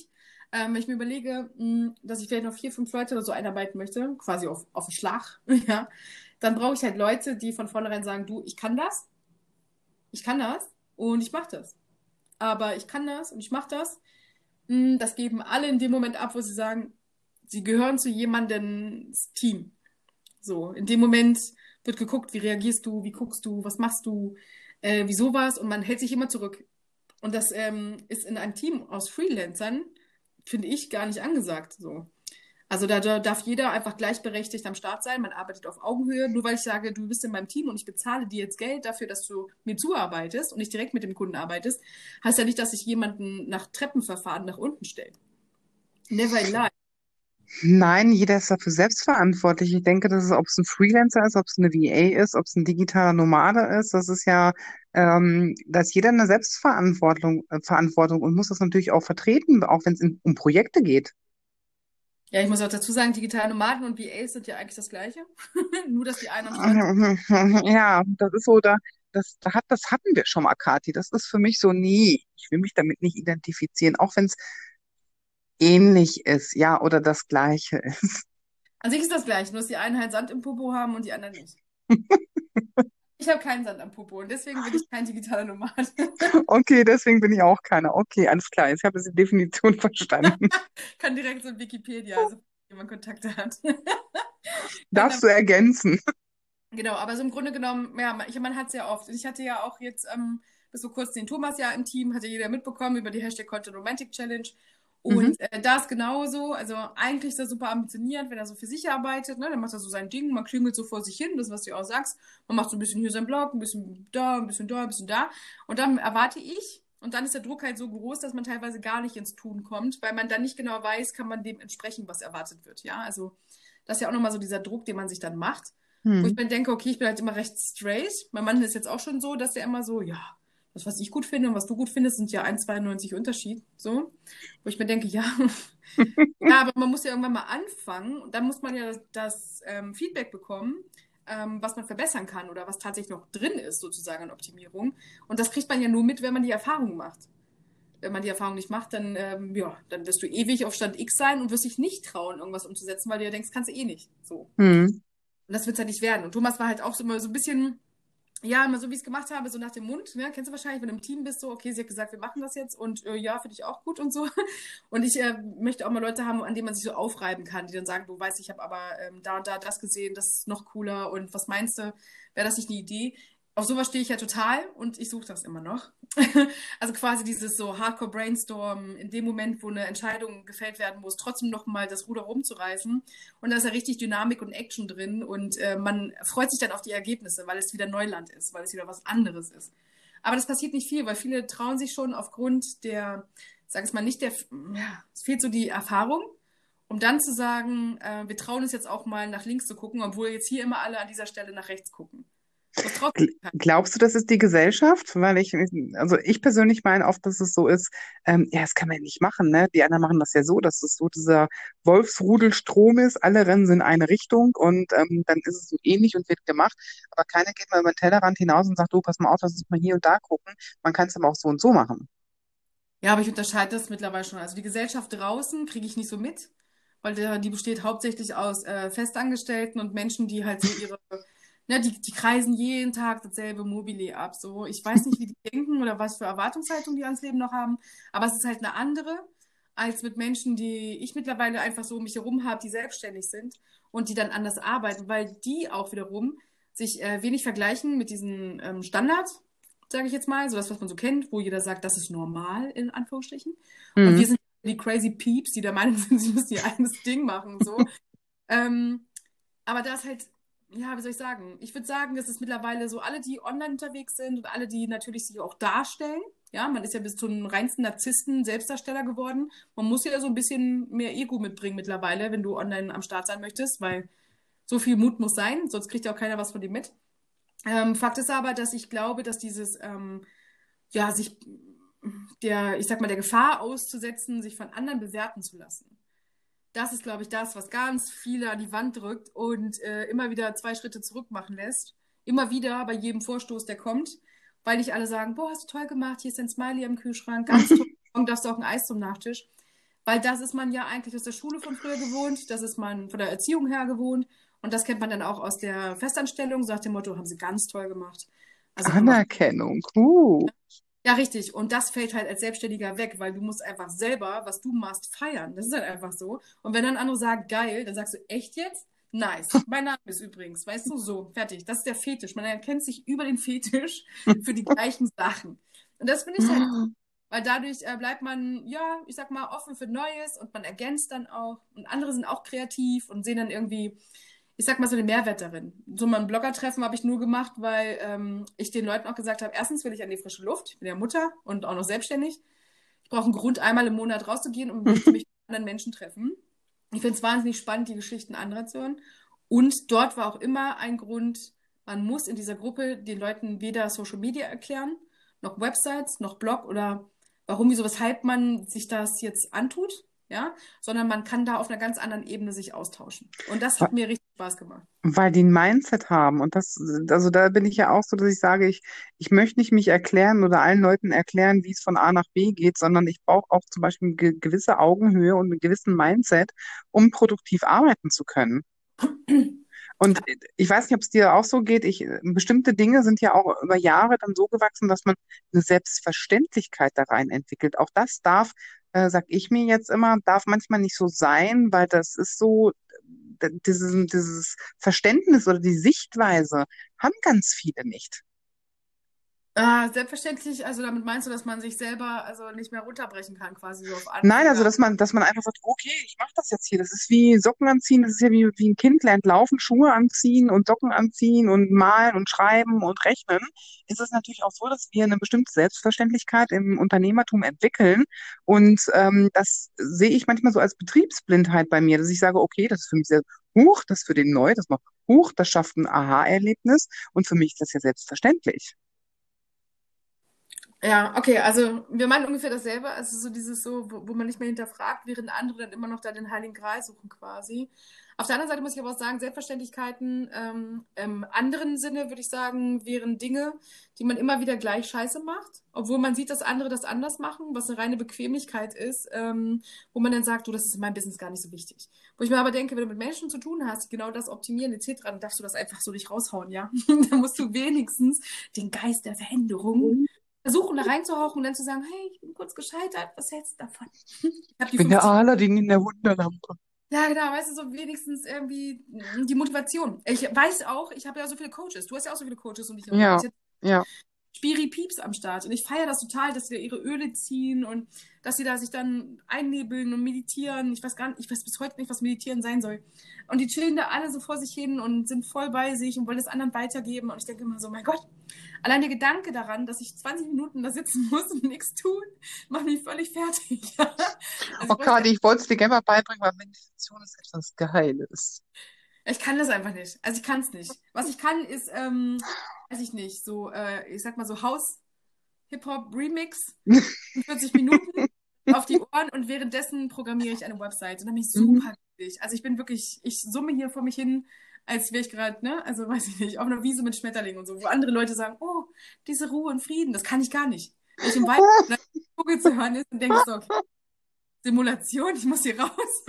Ähm, wenn ich mir überlege, mh, dass ich vielleicht noch vier, fünf Leute oder so einarbeiten möchte, quasi auf, auf den Schlag, ja, dann brauche ich halt Leute, die von vornherein sagen, du, ich kann das, ich kann das und ich mache das. Aber ich kann das und ich mache das. Mh, Das geben alle in dem Moment ab, wo sie sagen, sie gehören zu jemandem Team. So, in dem Moment wird geguckt, wie reagierst du, wie guckst du, was machst du, äh, wieso was und man hält sich immer zurück. Und das ähm, ist in einem Team aus Freelancern, finde ich, gar nicht angesagt. So. Also da, da darf jeder einfach gleichberechtigt am Start sein. Man arbeitet auf Augenhöhe. Nur weil ich sage, du bist in meinem Team und ich bezahle dir jetzt Geld dafür, dass du mir zuarbeitest und nicht direkt mit dem Kunden arbeitest, heißt ja nicht, dass sich jemanden nach Treppenverfahren nach unten stellt. Never in life. Nein, jeder ist dafür selbstverantwortlich. Ich denke, dass es, ob es ein Freelancer ist, ob es eine V A ist, ob es ein digitaler Nomade ist, das ist ja, ähm, dass jeder eine Selbstverantwortung, äh, Verantwortung und muss das natürlich auch vertreten, auch wenn es in- um Projekte geht. Ja, ich muss auch dazu sagen, digitale Nomaden und V As sind ja eigentlich das Gleiche. Nur, dass die einen am Strand. Ja, das ist so, da, das, da hat, das hatten wir schon mal, Kathi. Das ist für mich so, nee, ich will mich damit nicht identifizieren, auch wenn es ähnlich ist, ja, oder das Gleiche ist. An sich ist das gleich, nur dass die einen halt Sand im Popo haben und die anderen nicht. Ich habe keinen Sand am Popo und deswegen bin ich kein digitaler Nomad. Okay, deswegen bin ich auch keiner. Okay, alles klar, jetzt habe ich die Definition verstanden. Kann direkt so in Wikipedia, also wenn jemand Kontakte hat. Nein, Darfst du ergänzen? genau, aber so im Grunde genommen, ja, man, ich, man hat es ja oft. Ich hatte ja auch jetzt ähm, bis vor kurzem den Thomas ja im Team, hatte jeder mitbekommen über die Hashtag Content Romantic Challenge. Mhm. Und äh, da ist genauso, also eigentlich ist er super ambitioniert, wenn er so für sich arbeitet, ne, dann macht er so sein Ding, man klingelt so vor sich hin, das, was du auch sagst. Man macht so ein bisschen hier seinen Blog, ein bisschen da, ein bisschen da, ein bisschen da. Und dann erwarte ich, und dann ist der Druck halt so groß, dass man teilweise gar nicht ins Tun kommt, weil man dann nicht genau weiß, kann man dem entsprechen, was erwartet wird. Ja, also das ist ja auch nochmal so dieser Druck, den man sich dann macht. Wo ich Hm. mir denke, okay, ich bin halt immer recht straight. Mein Mann ist jetzt auch schon so, dass er immer so, ja, das, was ich gut finde und was du gut findest, sind ja eins Komma zweiundneunzig Unterschied. So. Wo ich mir denke, ja, ja, aber man muss ja irgendwann mal anfangen und dann muss man ja das, das ähm, Feedback bekommen, ähm, was man verbessern kann oder was tatsächlich noch drin ist, sozusagen an Optimierung. Und das kriegt man ja nur mit, wenn man die Erfahrung macht. Wenn man die Erfahrung nicht macht, dann, ähm, ja, dann wirst du ewig auf Stand X sein und wirst dich nicht trauen, irgendwas umzusetzen, weil du ja denkst, kannst du eh nicht. So. Hm. Und das wird es halt nicht werden. Und Thomas war halt auch so immer so ein bisschen, ja, immer so wie ich es gemacht habe, so nach dem Mund. Ne? Kennst du wahrscheinlich, wenn du im Team bist, so, okay, sie hat gesagt, wir machen das jetzt und äh, ja, finde ich auch gut und so. Und ich äh, möchte auch mal Leute haben, an denen man sich so aufreiben kann, die dann sagen, du weißt, ich habe aber ähm, da und da das gesehen, das ist noch cooler und was meinst du, wäre das nicht eine Idee? Auf sowas stehe ich ja total und ich suche das immer noch. Also quasi dieses so Hardcore-Brainstorm in dem Moment, wo eine Entscheidung gefällt werden muss, trotzdem noch mal das Ruder rumzureißen. Und da ist ja richtig Dynamik und Action drin und äh, man freut sich dann auf die Ergebnisse, weil es wieder Neuland ist, weil es wieder was anderes ist. Aber das passiert nicht viel, weil viele trauen sich schon aufgrund der, sag ich mal, nicht der, ja, es fehlt so die Erfahrung, um dann zu sagen, äh, wir trauen uns jetzt auch mal nach links zu gucken, obwohl jetzt hier immer alle an dieser Stelle nach rechts gucken. Was trotzdem Gl- Glaubst du, das ist die Gesellschaft? Weil ich, also ich persönlich meine oft, dass es so ist, ähm, ja, das kann man ja nicht machen, ne? Die anderen machen das ja so, dass es so dieser Wolfsrudelstrom ist, alle rennen so in eine Richtung und ähm, dann ist es so ähnlich und wird gemacht, aber keiner geht mal über den Tellerrand hinaus und sagt, du, pass mal auf, lass uns mal hier und da gucken. Man kann es aber auch so und so machen. Ja, aber ich unterscheide das mittlerweile schon. Also die Gesellschaft draußen kriege ich nicht so mit, weil der, die besteht hauptsächlich aus äh, Festangestellten und Menschen, die halt so ihre, ne, die, die kreisen jeden Tag dasselbe Mobile ab. So, ich weiß nicht, wie die denken oder was für Erwartungshaltung die ans Leben noch haben, aber es ist halt eine andere als mit Menschen, die ich mittlerweile einfach so um mich herum habe, die selbstständig sind und die dann anders arbeiten, weil die auch wiederum sich äh, wenig vergleichen mit diesen ähm, Standards, sage ich jetzt mal, so das, was man so kennt, wo jeder sagt, das ist normal, in Anführungsstrichen. Und wir Mhm. sind die crazy Peeps, die der Meinung sind, sie müssen ihr eigenes Ding machen, so. Ähm, aber da ist halt, ja, wie soll ich sagen? Ich würde sagen, dass es mittlerweile so alle, die online unterwegs sind und alle, die natürlich sich auch darstellen, ja, man ist ja bis zum reinsten Narzissten, Selbstdarsteller geworden. Man muss ja so ein bisschen mehr Ego mitbringen mittlerweile, wenn du online am Start sein möchtest, weil so viel Mut muss sein, sonst kriegt ja auch keiner was von dir mit. Ähm, Fakt ist aber, dass ich glaube, dass dieses, ähm, ja, sich der, ich sag mal, der Gefahr auszusetzen, sich von anderen bewerten zu lassen. Das ist, glaube ich, das, was ganz viele an die Wand drückt und äh, immer wieder zwei Schritte zurück machen lässt. Immer wieder bei jedem Vorstoß, der kommt, weil nicht alle sagen, boah, hast du toll gemacht, hier ist ein Smiley am Kühlschrank, ganz toll, morgen darfst du auch ein Eis zum Nachtisch. weil das ist man ja eigentlich aus der Schule von früher gewohnt, das ist man von der Erziehung her gewohnt und das kennt man dann auch aus der Festanstellung, so nach dem Motto, haben sie ganz toll gemacht. Also Hammer. Anerkennung. Uh. Ja, richtig. Und das fällt halt als Selbstständiger weg, weil du musst einfach selber, was du machst, feiern. Das ist halt einfach so. Und wenn dann andere sagen, geil, dann sagst du, echt jetzt? Nice. Mein Name ist übrigens, weißt du, so, fertig. Das ist der Fetisch. Man erkennt sich über den Fetisch für die gleichen Sachen. Und das finde ich halt cool, weil dadurch äh, bleibt man, ja, ich sag mal, offen für Neues und man ergänzt dann auch. Und andere sind auch kreativ und sehen dann irgendwie, ich sag mal, so den Mehrwert darin. So mal ein Blogger-Treffen habe ich nur gemacht, weil ähm, ich den Leuten auch gesagt habe, erstens will ich an die frische Luft, ich bin ja Mutter und auch noch selbstständig. Ich brauche einen Grund, einmal im Monat rauszugehen und möchte mich mit anderen Menschen treffen. Ich finde es wahnsinnig spannend, die Geschichten anderer zu hören. Und dort war auch immer ein Grund, man muss in dieser Gruppe den Leuten weder Social Media erklären, noch Websites, noch Blog oder warum, wieso, weshalb man sich das jetzt antut. Ja, sondern man kann da auf einer ganz anderen Ebene sich austauschen. Und das hat mir richtig Spaß gemacht. Weil die ein Mindset haben. Und das, also da bin ich ja auch so, dass ich sage, ich, ich möchte nicht mich erklären oder allen Leuten erklären, wie es von A nach B geht, sondern ich brauche auch zum Beispiel eine ge- gewisse Augenhöhe und einen gewissen Mindset, um produktiv arbeiten zu können. Und ich weiß nicht, ob es dir auch so geht. Ich, bestimmte Dinge sind ja auch über Jahre dann so gewachsen, dass man eine Selbstverständlichkeit da rein entwickelt. Auch das darf, äh, sag ich mir jetzt immer, darf manchmal nicht so sein, weil das ist so, d- dieses, dieses Verständnis oder die Sichtweise haben ganz viele nicht. Ah, selbstverständlich, also damit meinst du, dass man sich selber also nicht mehr runterbrechen kann, quasi so auf einen Nein, also Finger. dass man, dass man einfach sagt, okay, ich mache das jetzt hier. Das ist wie Socken anziehen, das ist ja wie, wie ein Kind lernt laufen, Schuhe anziehen und Socken anziehen und malen und schreiben und rechnen. Ist es natürlich auch so, dass wir eine bestimmte Selbstverständlichkeit im Unternehmertum entwickeln. Und ähm, das sehe ich manchmal so als Betriebsblindheit bei mir, dass ich sage, okay, das ist für mich sehr hoch, das ist für den neu, das macht hoch, das schafft ein Aha-Erlebnis und für mich ist das ja selbstverständlich. Ja, okay, also wir meinen ungefähr dasselbe, also so dieses so, wo, wo man nicht mehr hinterfragt, während andere dann immer noch da den Heiligen Gral suchen quasi. Auf der anderen Seite muss ich aber auch sagen, Selbstverständlichkeiten ähm, im anderen Sinne würde ich sagen, wären Dinge, die man immer wieder gleich scheiße macht, obwohl man sieht, dass andere das anders machen, was eine reine Bequemlichkeit ist, ähm, wo man dann sagt, du, das ist in meinem Business gar nicht so wichtig. Wo ich mir aber denke, wenn du mit Menschen zu tun hast, die genau das optimieren et cetera, dann darfst du das einfach so nicht raushauen, ja? Dann musst du wenigstens den Geist der Veränderung versuchen, da reinzuhauchen und dann zu sagen, hey, ich bin kurz gescheitert, was hältst du davon? Ich habe Ich die bin der fünfzig. Aladdin in der Wunderlampe. Ja, genau, weißt du, so wenigstens irgendwie mm, die Motivation. Ich weiß auch, ich habe ja so viele Coaches, du hast ja auch so viele Coaches und ich auch. Ja, Ich ja. Spiri-Pieps am Start. Und ich feiere das total, dass sie da ihre Öle ziehen und dass sie da sich dann einnebeln und meditieren. Ich weiß gar nicht, ich weiß bis heute nicht, was Meditieren sein soll. Und die chillen da alle so vor sich hin und sind voll bei sich und wollen es anderen weitergeben. Und ich denke immer so, mein Gott, allein der Gedanke daran, dass ich zwanzig Minuten da sitzen muss und nichts tun, macht mich völlig fertig. Also Oh, ich bräuchte Kati, ich wollte es dir gerne mal beibringen, weil Meditation ist etwas Geiles. Ich kann das einfach nicht. Also ich kann es nicht. Was ich kann, ist, ähm, weiß ich nicht, so, äh, ich sag mal so House-Hip-Hop-Remix, vierzig Minuten auf die Ohren und währenddessen programmiere ich eine Website und dann bin ich Mhm. super glücklich. Also ich bin wirklich, ich summe hier vor mich hin, als wäre ich gerade, ne, also weiß ich nicht, auf einer Wiese mit Schmetterlingen und so, wo andere Leute sagen, oh, diese Ruhe und Frieden, das kann ich gar nicht. Wenn ich im Wald bin, und ein Vogel zu hören ist, dann denke ich so, okay, Simulation, ich muss hier raus.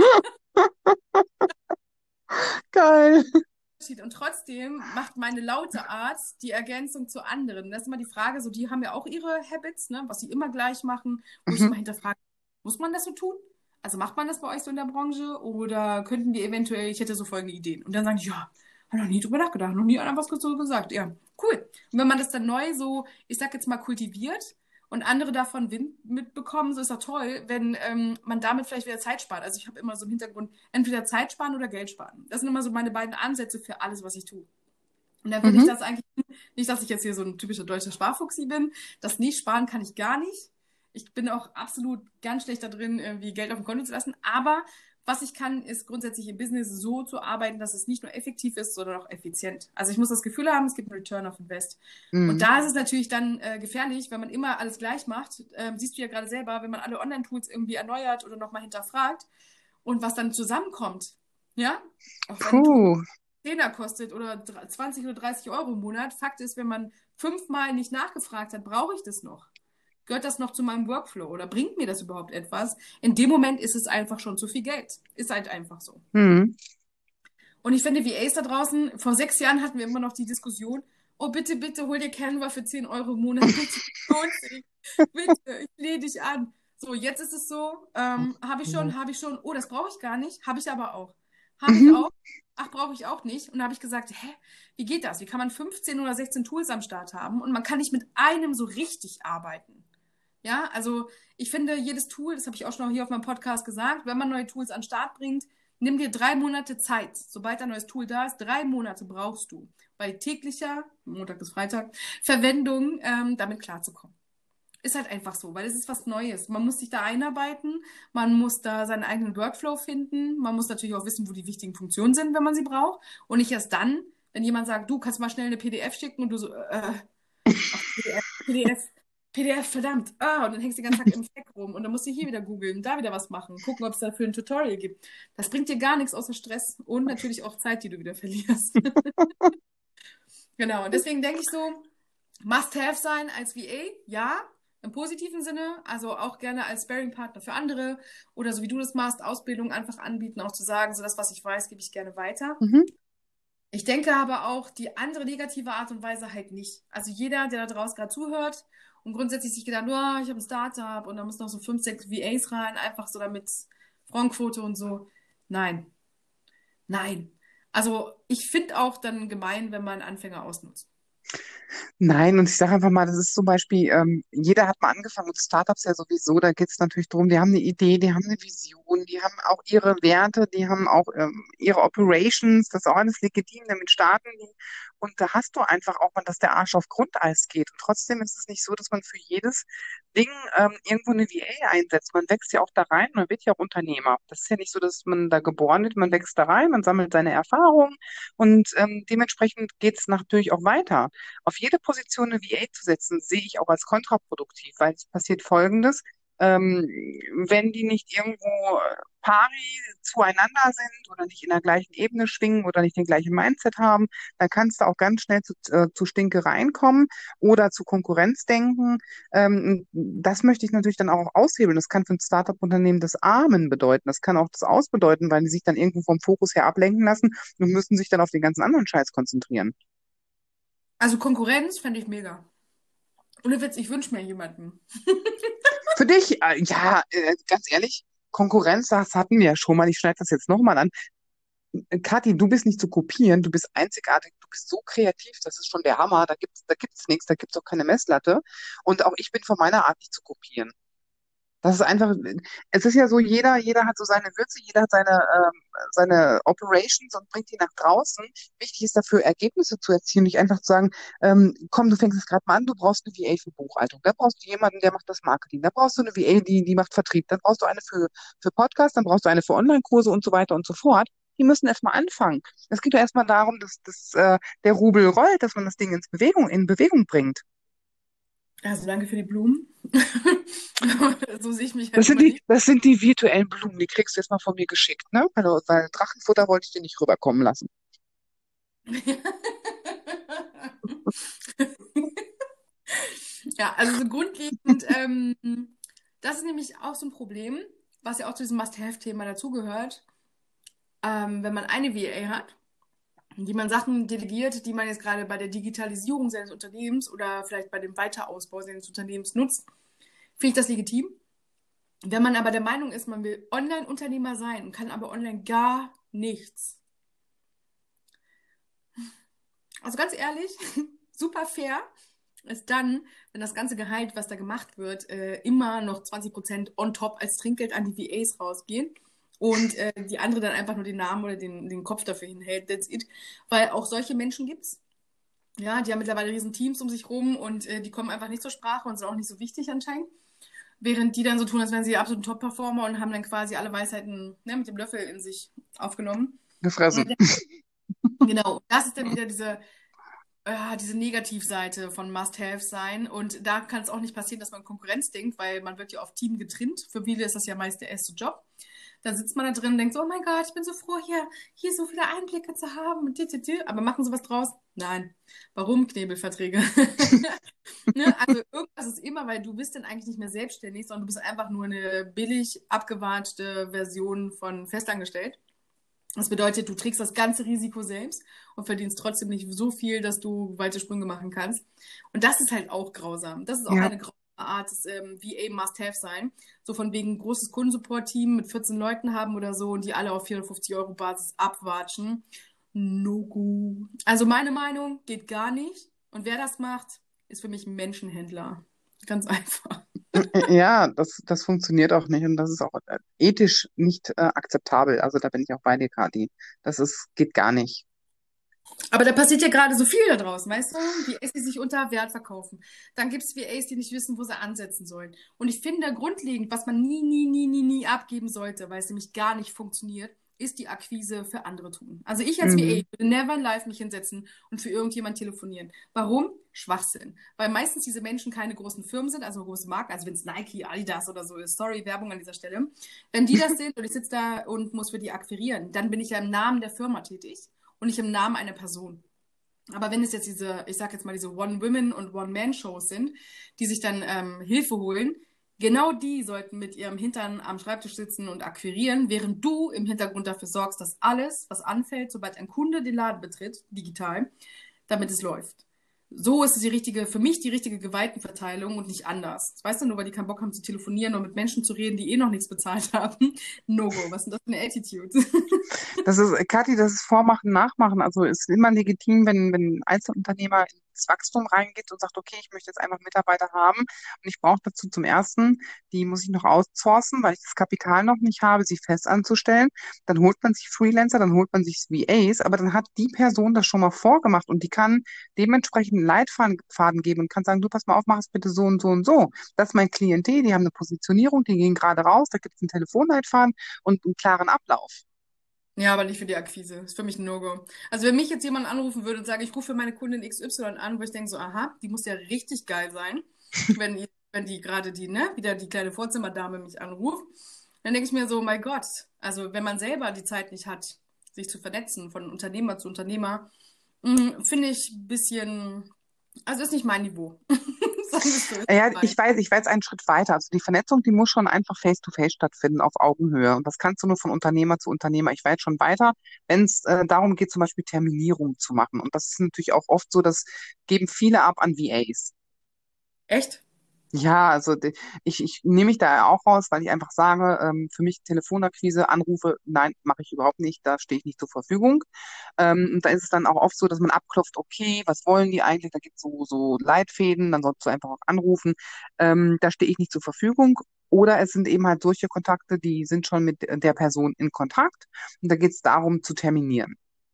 Geil. Unterschied. Und trotzdem macht meine laute Art die Ergänzung zu anderen. Das ist immer die Frage, so die haben ja auch ihre Habits, ne, was sie immer gleich machen, wo ich Mhm. immer hinterfrage, muss man das so tun? Also macht man das bei euch so in der Branche oder könnten wir eventuell, ich hätte so folgende Ideen. Und dann sagen die, ja, habe noch nie drüber nachgedacht, noch nie einer was so gesagt. Ja, cool. Und wenn man das dann neu so, ich sag jetzt mal, kultiviert und andere davon Wind mitbekommen, so ist doch toll, wenn ähm, man damit vielleicht wieder Zeit spart. Also ich habe immer so im Hintergrund entweder Zeit sparen oder Geld sparen. Das sind immer so meine beiden Ansätze für alles, was ich tue. Und da finde ich Mhm. das eigentlich, nicht, dass ich jetzt hier so ein typischer deutscher Sparfuchsi bin, das nicht sparen kann ich gar nicht. Ich bin auch absolut ganz schlecht da drin, irgendwie Geld auf dem Konto zu lassen. Aber was ich kann, ist grundsätzlich im Business so zu arbeiten, dass es nicht nur effektiv ist, sondern auch effizient. Also ich muss das Gefühl haben, es gibt einen Return of Invest. Und Mhm. da ist es natürlich dann äh, gefährlich, wenn man immer alles gleich macht. Ähm, siehst du ja gerade selber, wenn man alle Online-Tools irgendwie erneuert oder nochmal hinterfragt und was dann zusammenkommt. Ja, auch wenn ein Tool Puh. Zehner kostet oder zwanzig oder dreißig Euro im Monat. Fakt ist, wenn man fünfmal nicht nachgefragt hat, brauche ich das noch? gehört das noch zu meinem Workflow oder bringt mir das überhaupt etwas? In dem Moment ist es einfach schon zu viel Geld. Ist halt einfach so. Mhm. Und ich finde, V As da draußen, vor sechs Jahren hatten wir immer noch die Diskussion, oh, bitte, bitte, hol dir Canva für zehn Euro im Monat, bitte, lohnt sich, bitte, ich flehe dich an. So, jetzt ist es so, ähm, habe ich schon, habe ich schon, oh, das brauche ich gar nicht, habe ich aber auch. Habe ich Mhm. auch, ach, brauche ich auch nicht. Und da habe ich gesagt, hä, wie geht das? Wie kann man fünfzehn oder sechzehn Tools am Start haben und man kann nicht mit einem so richtig arbeiten? Ja, also ich finde, jedes Tool, das habe ich auch schon hier auf meinem Podcast gesagt, wenn man neue Tools an den Start bringt, nimm dir drei Monate Zeit. Sobald ein neues Tool da ist, drei Monate brauchst du bei täglicher, Montag bis Freitag, Verwendung, ähm, damit klarzukommen. Ist halt einfach so, weil es ist was Neues. Man muss sich da einarbeiten, man muss da seinen eigenen Workflow finden, man muss natürlich auch wissen, wo die wichtigen Funktionen sind, wenn man sie braucht. Und nicht erst dann, wenn jemand sagt, du kannst mal schnell eine P D F schicken und du so, äh, ach, P D F, P D F, P D F, verdammt. Ah, und dann hängst du den ganzen Tag im Fleck rum und dann musst du hier wieder googeln, da wieder was machen, gucken, ob es dafür ein Tutorial gibt. Das bringt dir gar nichts außer Stress und natürlich auch Zeit, die du wieder verlierst. Genau, und deswegen denke ich so, Must-have sein als V A, ja, im positiven Sinne, also auch gerne als Sparring-Partner für andere oder so wie du das machst, Ausbildung einfach anbieten, auch zu sagen, so das, was ich weiß, gebe ich gerne weiter. Mhm. Ich denke aber auch die andere negative Art und Weise halt nicht. Also jeder, der da draußen gerade zuhört und grundsätzlich sich gedacht, oh, ich habe ein Startup und da muss noch so fünf, sechs V As rein, einfach so damit Frauenquote und so. Nein, nein. Also ich finde auch dann gemein, wenn man Anfänger ausnutzt. Nein, und ich sage einfach mal, das ist zum Beispiel, ähm, jeder hat mal angefangen und Startups ja sowieso, da geht es natürlich darum, die haben eine Idee, die haben eine Vision, die haben auch ihre Werte, die haben auch ähm, ihre Operations, das ist auch alles legitim, damit starten die. Und da hast du einfach auch mal, dass der Arsch auf Grundeis geht. Und trotzdem ist es nicht so, dass man für jedes Ding ähm, irgendwo eine V A einsetzt. Man wächst ja auch da rein, man wird ja auch Unternehmer. Das ist ja nicht so, dass man da geboren wird, man wächst da rein, man sammelt seine Erfahrungen und ähm, dementsprechend geht es natürlich auch weiter. Auf jede Position eine V A zu setzen, sehe ich auch als kontraproduktiv, weil es passiert Folgendes. Ähm, wenn die nicht irgendwo äh, pari zueinander sind oder nicht in der gleichen Ebene schwingen oder nicht den gleichen Mindset haben, dann kannst du auch ganz schnell zu, äh, zu Stinkereien kommen oder zu Konkurrenzdenken. Ähm, das möchte ich natürlich dann auch aushebeln. Das kann für ein Startup-Unternehmen das Armen bedeuten. Das kann auch das Ausbedeuten, weil die sich dann irgendwo vom Fokus her ablenken lassen und müssen sich dann auf den ganzen anderen Scheiß konzentrieren. Also Konkurrenz fände ich mega. Ohne Witz, ich wünsche mir jemanden. Für dich, äh, ja, äh, ganz ehrlich, Konkurrenz, das hatten wir ja schon mal. Ich schneide das jetzt nochmal an. Äh, Kathi, du bist nicht zu kopieren, du bist einzigartig, du bist so kreativ, das ist schon der Hammer. Da gibt's, da gibt's nichts, da gibt's auch keine Messlatte. Und auch ich bin von meiner Art nicht zu kopieren. Das ist einfach, es ist ja so, jeder, jeder hat so seine Würze, jeder hat seine, ähm, seine Operations und bringt die nach draußen. Wichtig ist dafür, Ergebnisse zu erzielen, nicht einfach zu sagen, ähm, komm, du fängst es gerade mal an, du brauchst eine V A für Buchhaltung, da brauchst du jemanden, der macht das Marketing, da brauchst du eine V A, die, die macht Vertrieb, dann brauchst du eine für, für Podcast, dann brauchst du eine für Online-Kurse und so weiter und so fort. Die müssen erstmal anfangen. Es geht ja erstmal darum, dass, dass äh, der Rubel rollt, dass man das Ding ins Bewegung, in Bewegung bringt. Also danke für die Blumen. So sehe ich mich Das halt sind immer die, nicht. das sind die virtuellen Blumen, die kriegst du jetzt mal von mir geschickt, ne? Weil, weil Drachenfutter wollte ich dir nicht rüberkommen lassen. Ja, also so grundlegend, ähm, das ist nämlich auch so ein Problem, was ja auch zu diesem Must-Have-Thema dazugehört. Ähm, wenn man eine V A hat, die man Sachen delegiert, die man jetzt gerade bei der Digitalisierung seines Unternehmens oder vielleicht bei dem Weiterausbau seines Unternehmens nutzt, finde ich das legitim. Wenn man aber der Meinung ist, man will Online-Unternehmer sein und kann aber online gar nichts. Also ganz ehrlich, super fair ist dann, wenn das ganze Gehalt, was da gemacht wird, äh, immer noch zwanzig Prozent on top als Trinkgeld an die V As rausgehen und äh, die andere dann einfach nur den Namen oder den, den Kopf dafür hinhält, that's it. Weil auch solche Menschen gibt's. Ja, die haben mittlerweile riesen Teams um sich rum und äh, die kommen einfach nicht zur Sprache und sind auch nicht so wichtig anscheinend. Während die dann so tun, als wären sie absolut Top-Performer und haben dann quasi alle Weisheiten, ne, mit dem Löffel in sich aufgenommen. Gefressen. Und genau, das ist dann wieder diese, äh, diese Negativseite von Must-Have sein. Und da kann es auch nicht passieren, dass man Konkurrenz denkt, weil man wird ja auf Team getrimmt. Für viele ist das ja meist der erste Job. Da sitzt man da drin und denkt so, oh mein Gott, ich bin so froh, hier, hier so viele Einblicke zu haben. Und tü, tü, tü. Aber machen sie was draus? Nein. Warum Knebelverträge? Ne? Also irgendwas ist immer, weil du bist dann eigentlich nicht mehr selbstständig, sondern du bist einfach nur eine billig abgewatschte Version von festangestellt. Das bedeutet, du trägst das ganze Risiko selbst und verdienst trotzdem nicht so viel, dass du weite Sprünge machen kannst. Und das ist halt auch grausam. Das ist auch Ja, eine grausame Art des ähm, V A Must-Have sein. So von wegen großes Kundensupport-Team mit vierzehn Leuten haben oder so und die alle auf vierhundertfünfzig Euro Basis abwatschen. No go. Also meine Meinung geht gar nicht. Und wer das macht, ist für mich ein Menschenhändler. Ganz einfach. ja, das, das funktioniert auch nicht und das ist auch äh, ethisch nicht äh, akzeptabel. Also da bin ich auch bei dir, Kathi. Das ist, geht gar nicht. Aber da passiert ja gerade so viel da draußen, weißt du? V As, die sich unter Wert verkaufen. Dann gibt es V As, die nicht wissen, wo sie ansetzen sollen. Und ich finde grundlegend, was man nie, nie, nie, nie, nie abgeben sollte, weil es nämlich gar nicht funktioniert, ist die Akquise für andere tun. Also ich als V A Mhm. würde never in life mich hinsetzen und für irgendjemand telefonieren. Warum? Schwachsinn. Weil meistens diese Menschen keine großen Firmen sind, also große Marken, also wenn es Nike, Adidas oder so ist, sorry, Werbung an dieser Stelle. Wenn die das sind und ich sitze da und muss für die akquirieren, dann bin ich ja im Namen der Firma tätig und nicht im Namen einer Person. Aber wenn es jetzt diese, ich sag jetzt mal, diese One-Women- und One-Man-Shows sind, die sich dann ähm, Hilfe holen, genau die sollten mit ihrem Hintern am Schreibtisch sitzen und akquirieren, während du im Hintergrund dafür sorgst, dass alles, was anfällt, sobald ein Kunde den Laden betritt, digital, damit es läuft. So ist es die richtige, für mich die richtige Gewaltenverteilung und nicht anders. Weißt du, nur weil die keinen Bock haben zu telefonieren und mit Menschen zu reden, die eh noch nichts bezahlt haben. No-go. Was ist denn das für eine Attitude? Das ist, Kathi, das ist Vormachen, Nachmachen. Also es ist immer legitim, wenn, wenn ein Einzelunternehmer ins Wachstum reingeht und sagt, okay, ich möchte jetzt einfach Mitarbeiter haben und ich brauche dazu zum ersten, die muss ich noch outsourcen, weil ich das Kapital noch nicht habe, sie fest anzustellen. Dann holt man sich Freelancer, dann holt man sich V As, aber dann hat die Person das schon mal vorgemacht und die kann dementsprechend einen Leitfaden Faden geben und kann sagen, du pass mal auf, mach es bitte so und so und so. Das ist mein Klientel, die haben eine Positionierung, die gehen gerade raus, da gibt es einen Telefonleitfaden und einen klaren Ablauf. Ja, aber nicht für die Akquise. Ist für mich ein No-Go. Also wenn mich jetzt jemand anrufen würde und sagen, ich rufe für meine Kundin X Y an, wo ich denke so, aha, die muss ja richtig geil sein, wenn, die- wenn die gerade die, ne, wieder die kleine Vorzimmerdame mich anruft, dann denke ich mir so, mein Gott, also wenn man selber die Zeit nicht hat, sich zu vernetzen von Unternehmer zu Unternehmer, mh, finde ich ein bisschen, also ist nicht mein Niveau. Sagen wir es so, ist Ja, nicht ich mein. weiß, ich weiß einen Schritt weiter. Also die Vernetzung, die muss schon einfach face-to-face stattfinden, auf Augenhöhe. Und das kannst du nur von Unternehmer zu Unternehmer. Ich weiß schon weiter, wenn es äh, darum geht, zum Beispiel Terminierung zu machen. Und das ist natürlich auch oft so, das geben viele ab an V As. Echt? Ja, also die- ich, ich nehme mich da auch raus, weil ich einfach sage, ähm, für mich Telefonakquise, Anrufe, nein, mache ich überhaupt nicht, da stehe ich nicht zur Verfügung. Ähm, und da ist es dann auch oft so, dass man abklopft, okay, was wollen die eigentlich? Da gibt es so, so Leitfäden, dann sollst du einfach auch anrufen. Ähm, da stehe ich nicht zur Verfügung. Oder es sind eben halt solche Kontakte, die sind schon mit der Person in Kontakt. Und da geht es darum, zu terminieren.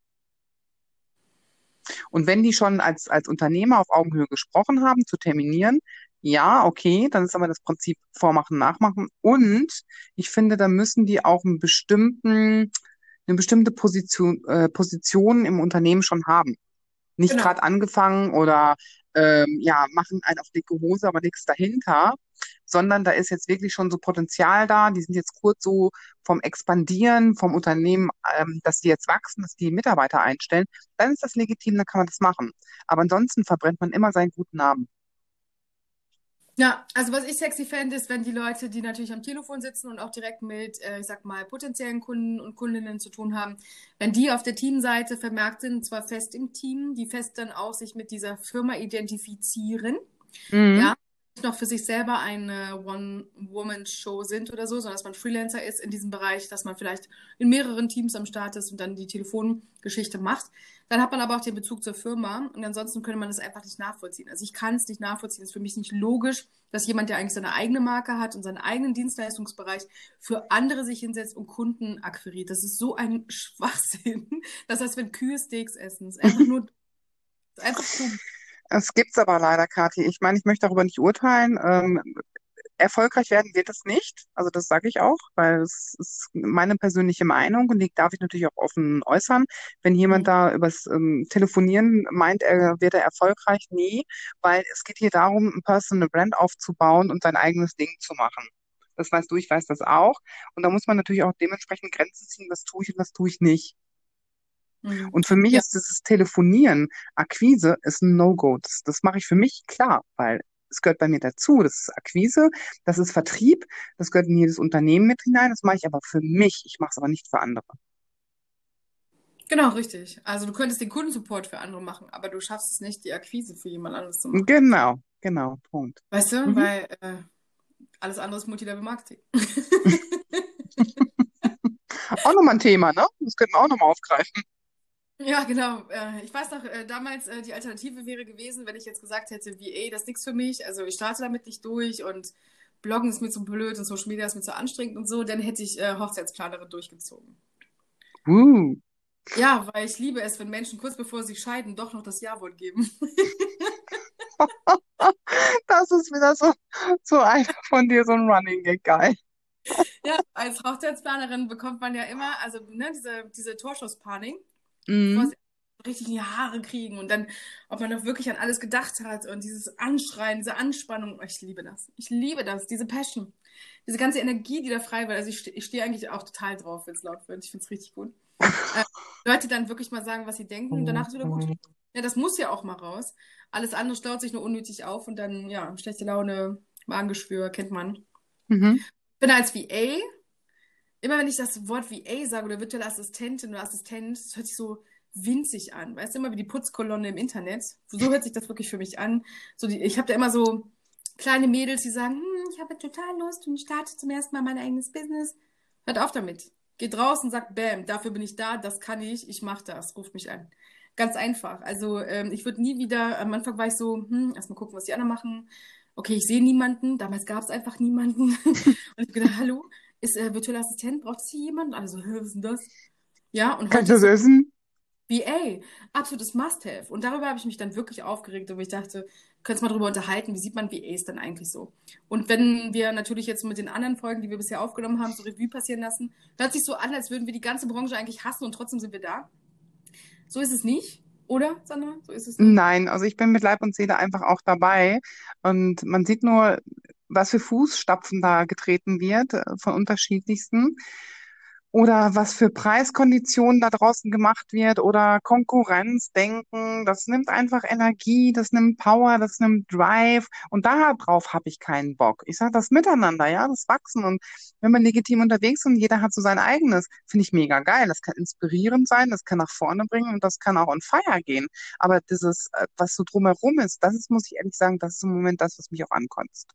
Und wenn die schon als, als Unternehmer auf Augenhöhe gesprochen haben, zu terminieren, ja, okay, dann ist aber das Prinzip Vormachen, Nachmachen. Und ich finde, da müssen die auch einen bestimmten, eine bestimmte Position, äh, Position im Unternehmen schon haben. Nicht Genau. gerade angefangen oder ähm, ja, machen einen auf dicke Hose, aber nichts dahinter, sondern da ist jetzt wirklich schon so Potenzial da. Die sind jetzt kurz so vom Expandieren, vom Unternehmen, ähm, dass die jetzt wachsen, dass die Mitarbeiter einstellen. Dann ist das legitim, dann kann man das machen. Aber ansonsten verbrennt man immer seinen guten Namen. Ja, also was ich sexy fände, ist, wenn die Leute, die natürlich am Telefon sitzen und auch direkt mit, äh, ich sag mal, potenziellen Kunden und Kundinnen zu tun haben, wenn die auf der Teamseite vermerkt sind, zwar fest im Team, die fest dann auch sich mit dieser Firma identifizieren, Mhm. ja, nicht noch für sich selber eine One-Woman-Show sind oder so, sondern dass man Freelancer ist in diesem Bereich, dass man vielleicht in mehreren Teams am Start ist und dann die Telefongeschichte macht. Dann hat man aber auch den Bezug zur Firma und ansonsten könnte man das einfach nicht nachvollziehen. Also ich kann es nicht nachvollziehen. Es ist für mich nicht logisch, dass jemand, der eigentlich seine eigene Marke hat und seinen eigenen Dienstleistungsbereich für andere sich hinsetzt und Kunden akquiriert. Das ist so ein Schwachsinn. Das heißt, wenn Kühe Steaks essen, ist einfach nur, ist einfach dumm. Es gibt's aber leider, Kathi. Ich meine, ich möchte darüber nicht urteilen. Ähm, erfolgreich werden wird es nicht. Also das sage ich auch, weil es ist meine persönliche Meinung und die darf ich natürlich auch offen äußern. Wenn jemand da übers ähm, Telefonieren meint, er wird er erfolgreich, nee, weil es geht hier darum, ein Personal Brand aufzubauen und sein eigenes Ding zu machen. Das weißt du, ich weiß das auch. Und da muss man natürlich auch dementsprechend Grenzen ziehen, was tue ich und was tue ich nicht. Mhm. Und für mich Ja, ist dieses Telefonieren, Akquise, ist ein No-Go. Das, das mache ich für mich klar, weil es gehört bei mir dazu. Das ist Akquise, das ist Vertrieb, das gehört in jedes Unternehmen mit hinein. Das mache ich aber für mich. Ich mache es aber nicht für andere. genau, richtig. Also du könntest den Kundensupport für andere machen, aber du schaffst es nicht, die Akquise für jemand anderes zu machen. Genau, genau, Punkt. Weißt du, Mhm. weil äh, alles andere ist Multilevel-Marketing. Auch nochmal ein Thema, ne? Das könnten wir auch nochmal aufgreifen. Ja, genau. Äh, ich weiß noch, äh, damals äh, die Alternative wäre gewesen, wenn ich jetzt gesagt hätte, V A, das ist nichts für mich, also ich starte damit nicht durch und Bloggen ist mir zu blöd und Social Media ist mir zu anstrengend und so, dann hätte ich äh, Hochzeitsplanerin durchgezogen. Uh, Ja, weil ich liebe es, wenn Menschen kurz bevor sie scheiden doch noch das Ja-Wort geben. das ist wieder so, so einer von dir, so ein Running Gag, geil. Ja, als Hochzeitsplanerin bekommt man ja immer, also ne, diese, diese Torschusspanik, bevor Mhm. sie richtig in die Haare kriegen und dann, ob man doch wirklich an alles gedacht hat und dieses Anschreien, diese Anspannung, ich liebe das. Ich liebe das, diese Passion, diese ganze Energie, die da frei wird. Also ich, ste- ich stehe eigentlich auch total drauf, wenn es laut wird. Ich finde es richtig gut. Äh, Leute dann wirklich mal sagen, was sie denken und danach ist wieder gut. Ja, das muss ja auch mal raus. Alles andere staut sich nur unnötig auf und dann, ja, schlechte Laune, Magengeschwür, kennt man. Mhm. Ich bin als V A, immer wenn ich das Wort V A sage oder virtuelle Assistentin oder Assistent, das hört sich so winzig an. Weißt du, immer wie die Putzkolonne im Internet. So hört sich das wirklich für mich an. So die, ich habe da immer so kleine Mädels, die sagen, hm, ich habe total Lust und ich starte zum ersten Mal mein eigenes Business. Hört auf damit. Geht raus und sagt, bam, dafür bin ich da, das kann ich, ich mache das, ruft mich an. Ganz einfach. Also ähm, ich würde nie wieder, am Anfang war ich so, hm, erstmal gucken, was die anderen machen. Okay, ich sehe niemanden. Damals gab es einfach niemanden. Und ich gedacht, hallo, ist äh, virtueller Assistent, braucht es hier jemanden? Alle so, hä, was ist denn das? Ja, und Kann ich heute ist das so essen? V A, absolutes Must-have. Und darüber habe ich mich dann wirklich aufgeregt, wo ich dachte, könntest mal drüber unterhalten, wie sieht man V As denn eigentlich so? Und wenn wir natürlich jetzt mit den anderen Folgen, die wir bisher aufgenommen haben, so Revue passieren lassen, hört sich so an, als würden wir die ganze Branche eigentlich hassen und trotzdem sind wir da. So ist es nicht, oder, Sandra? So ist es nicht. Nein, also ich bin mit Leib und Seele einfach auch dabei. Und man sieht nur, was für Fußstapfen da getreten wird, äh, von unterschiedlichsten. Oder was für Preiskonditionen da draußen gemacht wird oder Konkurrenzdenken. Das nimmt einfach Energie, das nimmt Power, das nimmt Drive. Und darauf habe ich keinen Bock. Ich sage das Miteinander, ja, das Wachsen. Und wenn man legitim unterwegs ist und jeder hat so sein eigenes, finde ich mega geil. Das kann inspirierend sein, das kann nach vorne bringen und das kann auch on fire gehen. Aber dieses, äh, was so drumherum ist, das ist, muss ich ehrlich sagen, das ist im Moment das, was mich auch ankotzt.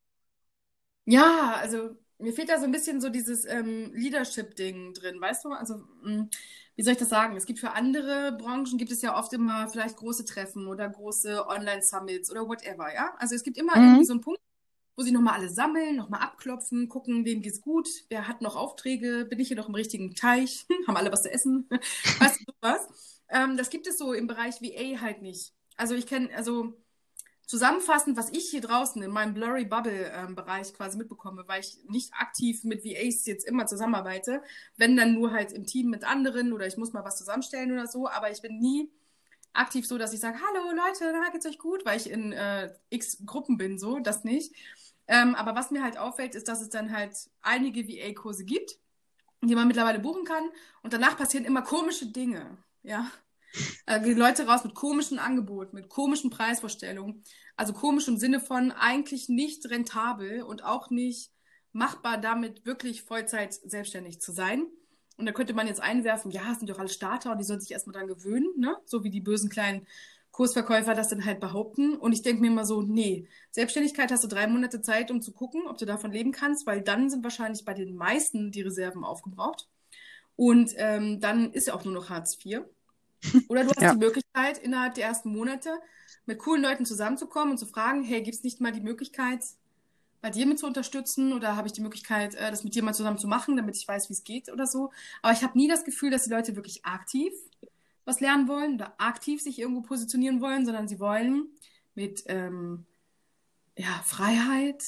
Ja, also mir fehlt da so ein bisschen so dieses ähm, Leadership-Ding drin, weißt du? Also, mh, wie soll ich das sagen? Es gibt für andere Branchen, gibt es ja oft immer vielleicht große Treffen oder große Online-Summits oder whatever, ja? Also es gibt immer irgendwie Mhm. so einen Punkt, wo sich nochmal alle sammeln, nochmal abklopfen, gucken, wem geht's gut, wer hat noch Aufträge, bin ich hier noch im richtigen Teich, haben alle was zu essen, weißt du was? Ähm, das gibt es so im Bereich V A halt nicht. Also ich kenne, also zusammenfassend, was ich hier draußen in meinem Blurry Bubble-Bereich quasi mitbekomme, weil ich nicht aktiv mit V As jetzt immer zusammenarbeite, wenn dann nur halt im Team mit anderen oder ich muss mal was zusammenstellen oder so, aber ich bin nie aktiv so, dass ich sage, hallo Leute, na, geht's euch gut, weil ich in äh, X Gruppen bin, so, das nicht. Ähm, aber was mir halt auffällt, ist, dass es dann halt einige V A-Kurse gibt, die man mittlerweile buchen kann und danach passieren immer komische Dinge, ja. Äh, die Leute raus mit komischen Angeboten, mit komischen Preisvorstellungen. Also komisch im Sinne von eigentlich nicht rentabel und auch nicht machbar, damit wirklich Vollzeit selbstständig zu sein. Und da könnte man jetzt einwerfen, ja, es sind doch alle Starter und die sollen sich erstmal dran gewöhnen, ne? So wie die bösen kleinen Kursverkäufer das dann halt behaupten. Und ich denke mir immer so, nee, Selbstständigkeit hast du drei Monate Zeit, um zu gucken, ob du davon leben kannst, weil dann sind wahrscheinlich bei den meisten die Reserven aufgebraucht. Und ähm, dann ist ja auch nur noch Hartz vier. Oder du hast die Ja. Möglichkeit, innerhalb der ersten Monate mit coolen Leuten zusammenzukommen und zu fragen, hey, gibt es nicht mal die Möglichkeit, bei dir mit zu unterstützen oder habe ich die Möglichkeit, äh, das mit dir mal zusammen zu machen, damit ich weiß, wie es geht oder so. Aber ich habe nie das Gefühl, dass die Leute wirklich aktiv was lernen wollen oder aktiv sich irgendwo positionieren wollen, sondern sie wollen mit ähm, ja, Freiheit,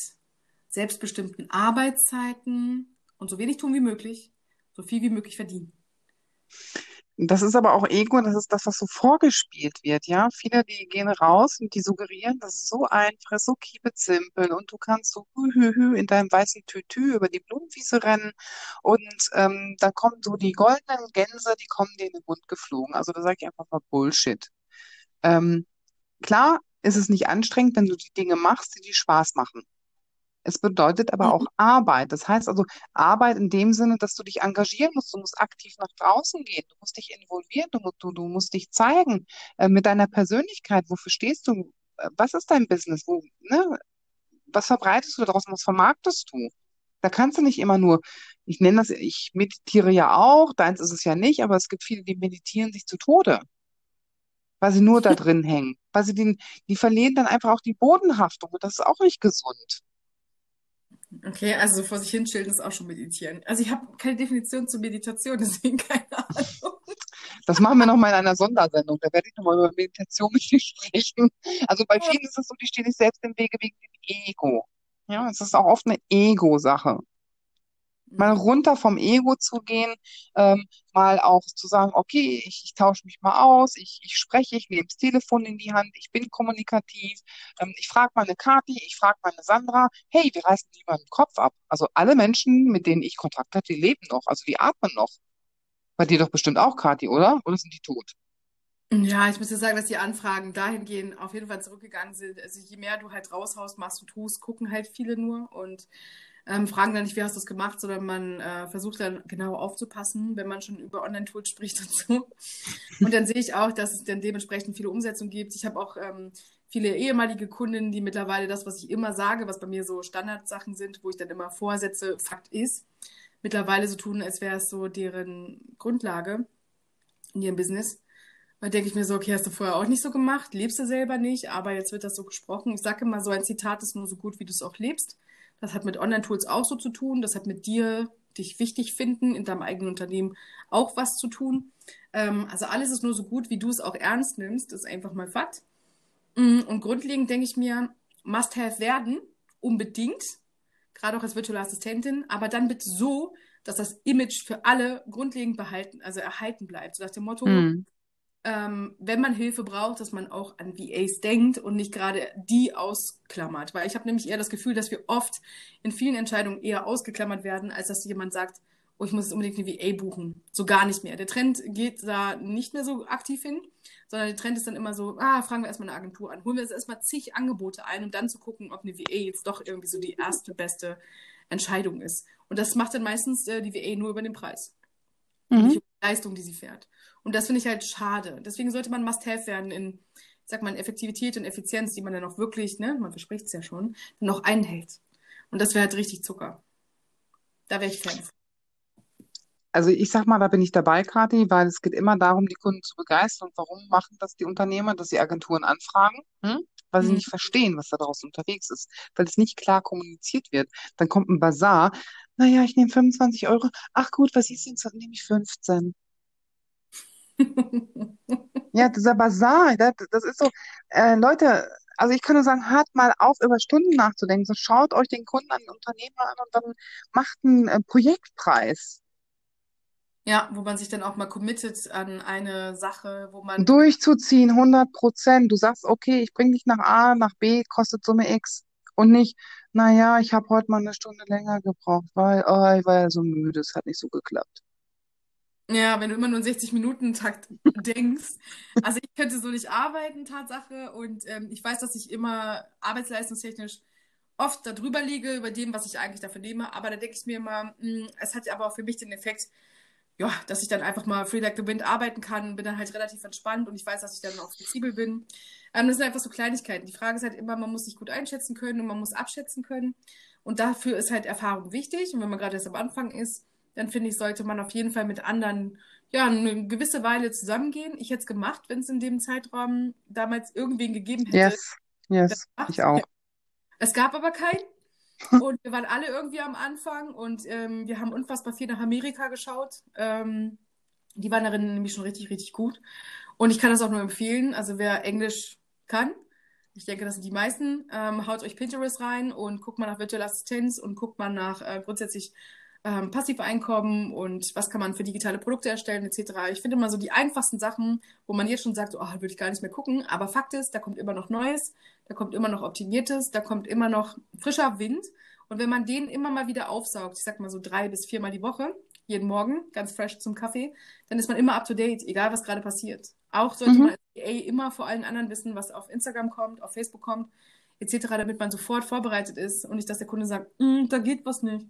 selbstbestimmten Arbeitszeiten und so wenig tun wie möglich, so viel wie möglich verdienen. Das ist aber auch Ego, das ist das, was so vorgespielt wird, ja. Viele, die gehen raus und die suggerieren, das ist so einfach, ist so keep it simple und du kannst so hü, hü, hü in deinem weißen Tütü über die Blumenwiese rennen und ähm, dann kommen so die goldenen Gänse, die kommen dir in den Mund geflogen. Also da sage ich einfach mal Bullshit. Ähm, klar ist es nicht anstrengend, wenn du die Dinge machst, die dir Spaß machen. Es bedeutet aber auch Mhm. Arbeit. Das heißt also Arbeit in dem Sinne, dass du dich engagieren musst. Du musst aktiv nach draußen gehen. Du musst dich involvieren. Du, mu- du, du musst dich zeigen äh, mit deiner Persönlichkeit. Wofür stehst du? Äh, Was ist dein Business? Wo, ne? Was verbreitest du daraus? Was vermarktest du? Da kannst du nicht immer nur, ich nenne das, ich meditiere ja auch, deins ist es ja nicht, aber es gibt viele, die meditieren sich zu Tode, weil sie nur da drin hängen. Weil sie den, die verlieren dann einfach auch die Bodenhaftung und das ist auch nicht gesund. Okay, also so vor sich hinschilden ist auch schon meditieren. Also ich habe keine Definition zur Meditation, deswegen keine Ahnung. Das machen wir nochmal in einer Sondersendung. Da werde ich nochmal über Meditation mit dir sprechen. Also bei vielen ist es so, die stehen sich selbst im Wege wegen dem Ego. Ja, es ist auch oft eine Ego-Sache. Mal Mhm. runter vom Ego zu gehen, ähm, mal auch zu sagen, okay, ich, ich tausche mich mal aus, ich, ich spreche, ich nehme das Telefon in die Hand, ich bin kommunikativ, ähm, ich frage meine Kathi, ich frage meine Sandra, hey, wir reißen niemanden den Kopf ab. Also alle Menschen, mit denen ich Kontakt habe, die leben noch, also die atmen noch. Bei dir doch bestimmt auch, Kathi, oder? Oder sind die tot? Ja, ich muss dir sagen, dass die Anfragen dahingehend auf jeden Fall zurückgegangen sind. Also je mehr du halt raushaust, machst und tust, gucken halt viele nur und ähm, fragen dann nicht, wie hast du das gemacht, sondern man äh, versucht dann genau aufzupassen, wenn man schon über Online-Tools spricht und so. Und dann sehe ich auch, dass es dann dementsprechend viele Umsetzungen gibt. Ich habe auch ähm, viele ehemalige Kundinnen, die mittlerweile das, was ich immer sage, was bei mir so Standardsachen sind, wo ich dann immer vorsetze, Fakt ist, mittlerweile so tun, als wäre es so deren Grundlage in ihrem Business. Da denke ich mir so, okay, hast du vorher auch nicht so gemacht, lebst du selber nicht, aber jetzt wird das so gesprochen. Ich sage immer, so ein Zitat ist nur so gut, wie du es auch lebst. Das hat mit Online-Tools auch so zu tun. Das hat mit dir, dich wichtig finden, in deinem eigenen Unternehmen auch was zu tun. Ähm, also alles ist nur so gut, wie du es auch ernst nimmst. Das ist einfach mal Fakt. Mm, Und grundlegend denke ich mir, Must-have werden, unbedingt, gerade auch als virtuelle Assistentin, aber dann bitte so, dass das Image für alle grundlegend behalten, also erhalten bleibt. So nach dem Motto, Hm. ähm, wenn man Hilfe braucht, dass man auch an V As denkt und nicht gerade die ausklammert. Weil ich habe nämlich eher das Gefühl, dass wir oft in vielen Entscheidungen eher ausgeklammert werden, als dass jemand sagt, oh, ich muss jetzt unbedingt eine V A buchen. So gar nicht mehr. Der Trend geht da nicht mehr so aktiv hin, sondern der Trend ist dann immer so, ah, fragen wir erstmal eine Agentur an. Holen wir jetzt erstmal zig Angebote ein, um dann zu gucken, ob eine V A jetzt doch irgendwie so die erste beste Entscheidung ist. Und das macht dann meistens äh, die V A nur über den Preis und nicht Mhm. über die Leistung, die sie fährt. Und das finde ich halt schade. Deswegen sollte man Must-have werden in, ich sag mal, in Effektivität und Effizienz, die man dann auch wirklich, ne, man verspricht es ja schon, dann auch einhält. Und das wäre halt richtig Zucker. Da wäre ich Fan von. Also ich sag mal, da bin ich dabei, Kathi, weil es geht immer darum, die Kunden zu begeistern. Und warum machen das die Unternehmer, dass sie Agenturen anfragen? Hm? Weil sie Mhm. nicht verstehen, was da draußen unterwegs ist, weil es nicht klar kommuniziert wird. Dann kommt ein Bazar. Naja, ich nehme fünfundzwanzig Euro. Ach gut, was ist denn? Dann nehme ich fünfzehn. Ja, dieser Bazar, das, das ist so, äh, Leute, also ich kann nur sagen, hört mal auf, über Stunden nachzudenken. So schaut euch den Kunden an, den Unternehmer an und dann macht einen äh, Projektpreis. Ja, wo man sich dann auch mal committet an eine Sache, wo man wirklich, Durchzuziehen, hundert Prozent. Du sagst, okay, ich bringe dich nach A, nach B, kostet Summe X. Und nicht, naja, ich habe heute mal eine Stunde länger gebraucht, weil oh, ich war ja so müde, es hat nicht so geklappt. ja, wenn du immer nur in sechzig-Minuten-Takt denkst. Also ich könnte so nicht arbeiten, Tatsache. Und ähm, ich weiß, dass ich immer arbeitsleistungstechnisch oft darüber liege, über dem, was ich eigentlich dafür nehme. Aber da denke ich mir immer, mh, es hat ja aber auch für mich den Effekt, ja, dass ich dann einfach mal free like the wind arbeiten kann, bin dann halt relativ entspannt und ich weiß, dass ich dann auch flexibel bin. Ähm, das sind einfach so Kleinigkeiten. Die Frage ist halt immer, man muss sich gut einschätzen können und man muss abschätzen können. Und dafür ist halt Erfahrung wichtig. Und wenn man gerade erst am Anfang ist, dann finde ich, sollte man auf jeden Fall mit anderen, ja, eine gewisse Weile zusammengehen. Ich hätte es gemacht, wenn es in dem Zeitraum damals irgendwen gegeben hätte, Yes, der yes, das ich macht. auch. Es gab aber keinen. Und wir waren alle irgendwie am Anfang und ähm, wir haben unfassbar viel nach Amerika geschaut. Ähm, die waren darin nämlich schon richtig, richtig gut. Und ich kann das auch nur empfehlen. Also wer Englisch kann, ich denke, das sind die meisten, ähm, haut euch Pinterest rein und guckt mal nach virtuelle Assistenz und guckt mal nach äh, grundsätzlich ähm, Passiveinkommen und was kann man für digitale Produkte erstellen et cetera. Ich finde immer so die einfachsten Sachen, wo man jetzt schon sagt, oh, würde ich gar nicht mehr gucken. Aber Fakt ist, da kommt immer noch Neues, da kommt immer noch Optimiertes, da kommt immer noch frischer Wind. Und wenn man den immer mal wieder aufsaugt, ich sag mal so drei bis viermal die Woche, jeden Morgen, ganz fresh zum Kaffee, dann ist man immer up to date, egal was gerade passiert. Auch sollte Mhm. man als V A immer vor allen anderen wissen, was auf Instagram kommt, auf Facebook kommt, et cetera, damit man sofort vorbereitet ist und nicht, dass der Kunde sagt, "Mm, da geht was nicht."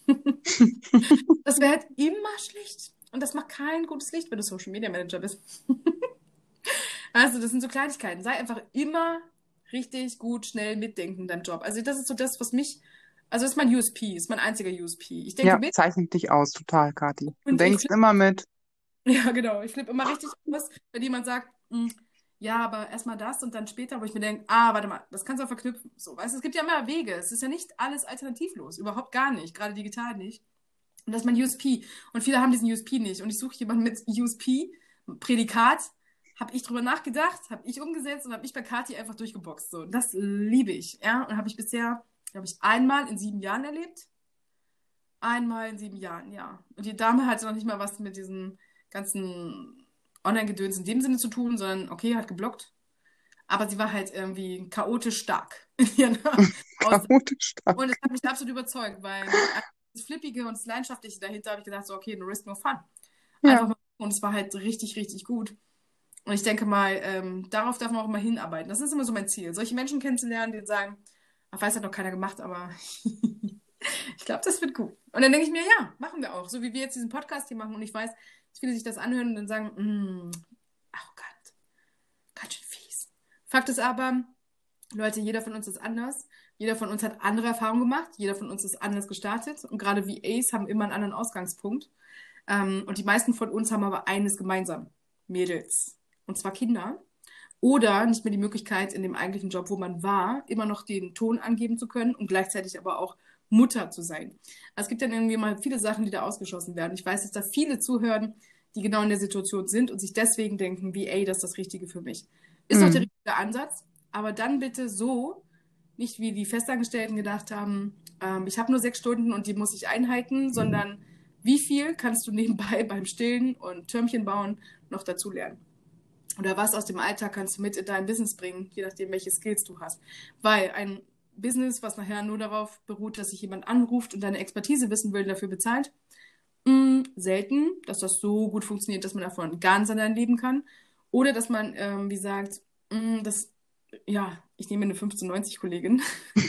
Das wäre halt immer schlecht. Und das macht kein gutes Licht, wenn du Social Media Manager bist. Also, das sind so Kleinigkeiten. Sei einfach immer richtig gut, schnell mitdenken in deinem Job. Also, das ist so das, was mich, also, das ist mein U S P, ist mein einziger U S P. Ich denke Ja, mit zeichnet dich aus, total, Kathi. Du und ich denkst flippe, immer mit. ja, genau, ich flippe immer richtig aus, wenn jemand sagt, "Mm, ja, aber erstmal das und dann später, wo ich mir denke, ah, warte mal, das kannst du auch verknüpfen. So, weißt du, es gibt ja immer Wege. Es ist ja nicht alles alternativlos. Überhaupt gar nicht. Gerade digital nicht. Und das ist mein U S P. Und viele haben diesen U S P nicht. Und ich suche jemanden mit U S P, Prädikat. Habe ich drüber nachgedacht, habe ich umgesetzt und habe ich bei Kathi einfach durchgeboxt. So, das liebe ich. Ja, und habe ich bisher, glaube ich, einmal in sieben Jahren erlebt. Einmal in sieben Jahren, ja. Und die Dame hatte noch nicht mal was mit diesem ganzen Online-Gedöns in dem Sinne zu tun, sondern okay, hat geblockt. Aber sie war halt irgendwie chaotisch stark in ihren Aussagen. Chaotisch Und stark. es hat mich absolut überzeugt, weil das Flippige und das Leidenschaftliche dahinter habe ich gedacht, so, okay, no risk, no fun. Ja. Einfach mal, und es war halt richtig, richtig gut. Und ich denke mal, ähm, darauf darf man auch mal hinarbeiten. Das ist immer so mein Ziel, solche Menschen kennenzulernen, die sagen, ach, weiß hat noch keiner gemacht, aber ich glaube, das wird gut. Und dann denke ich mir, ja, machen wir auch. So wie wir jetzt diesen Podcast hier machen und ich weiß, dass viele sich das anhören und dann sagen, mm, arrogant, ganz schön fies. Fakt ist aber, Leute, jeder von uns ist anders. Jeder von uns hat andere Erfahrungen gemacht. Jeder von uns ist anders gestartet. Und gerade V As haben immer einen anderen Ausgangspunkt. Ähm, und die meisten von uns haben aber eines gemeinsam. Mädels. Und zwar Kinder. Oder nicht mehr die Möglichkeit, in dem eigentlichen Job, wo man war, immer noch den Ton angeben zu können und gleichzeitig aber auch Mutter zu sein. Also es gibt dann irgendwie mal viele Sachen, die da ausgeschlossen werden. Ich weiß, dass da viele zuhören, die genau in der Situation sind und sich deswegen denken, V A, das ist das Richtige für mich. Ist doch der Mhm. richtige Ansatz, aber dann bitte so, nicht wie die Festangestellten gedacht haben, ähm, ich habe nur sechs Stunden und die muss ich einhalten, sondern wie viel kannst du nebenbei beim Stillen und Türmchen bauen noch dazu lernen? Oder was aus dem Alltag kannst du mit in dein Business bringen, je nachdem, welche Skills du hast. Weil ein Business, was nachher nur darauf beruht, dass sich jemand anruft und deine Expertise wissen will, dafür bezahlt, mh, selten, dass das so gut funktioniert, dass man davon ganz allein leben kann. Oder dass man, ähm, wie sagt, mh, das, ja, ich nehme eine fünfzehn neunzig Kollegin,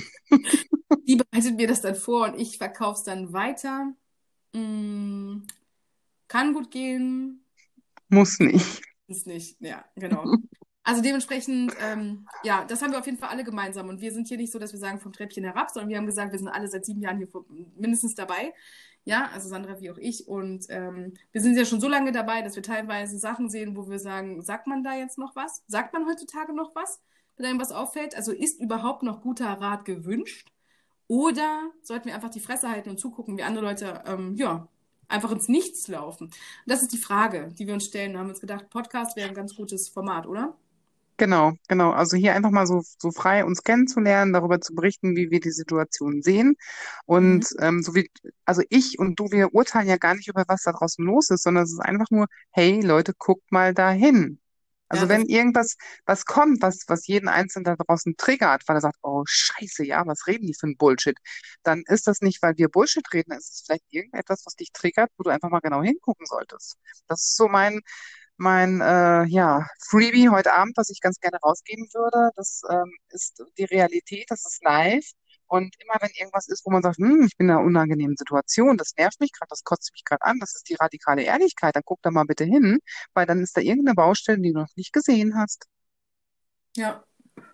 die bereitet mir das dann vor und ich verkaufe es dann weiter. Mh, kann gut gehen, Muss nicht. ist nicht. Ja, genau. Also dementsprechend, ähm, ja, das haben wir auf jeden Fall alle gemeinsam. Und wir sind hier nicht so, dass wir sagen vom Treppchen herab, sondern wir haben gesagt, wir sind alle seit sieben Jahren hier vor- mindestens dabei. Ja, also Sandra wie auch ich. Und ähm, wir sind ja schon so lange dabei, dass wir teilweise Sachen sehen, wo wir sagen, sagt man da jetzt noch was? Sagt man heutzutage noch was, wenn einem was auffällt? Also ist überhaupt noch guter Rat gewünscht? Oder sollten wir einfach die Fresse halten und zugucken, wie andere Leute, ähm, ja, einfach ins Nichts laufen? Und das ist die Frage, die wir uns stellen. Da haben wir uns gedacht, Podcast wäre ein ganz gutes Format, oder? Genau, genau. Also hier einfach mal so, so frei uns kennenzulernen, darüber zu berichten, wie wir die Situation sehen. Mhm. Und ähm, so wie, also ich und du, wir urteilen ja gar nicht über was da draußen los ist, sondern es ist einfach nur, hey Leute, guckt mal dahin. Ja, Also das, wenn irgendwas, was kommt, was, was jeden Einzelnen da draußen triggert, weil er sagt, oh Scheiße, ja, was reden die für ein Bullshit, dann ist das nicht, weil wir Bullshit reden, es ist vielleicht irgendetwas, was dich triggert, wo du einfach mal genau hingucken solltest. Das ist so mein, mein äh, ja, Freebie heute Abend, was ich ganz gerne rausgeben würde. Das ähm, ist die Realität, das ist live. Und immer wenn irgendwas ist, wo man sagt, hm, ich bin in einer unangenehmen Situation, das nervt mich gerade, das kotzt mich gerade an, das ist die radikale Ehrlichkeit, dann guck da mal bitte hin, weil dann ist da irgendeine Baustelle, die du noch nicht gesehen hast. ja.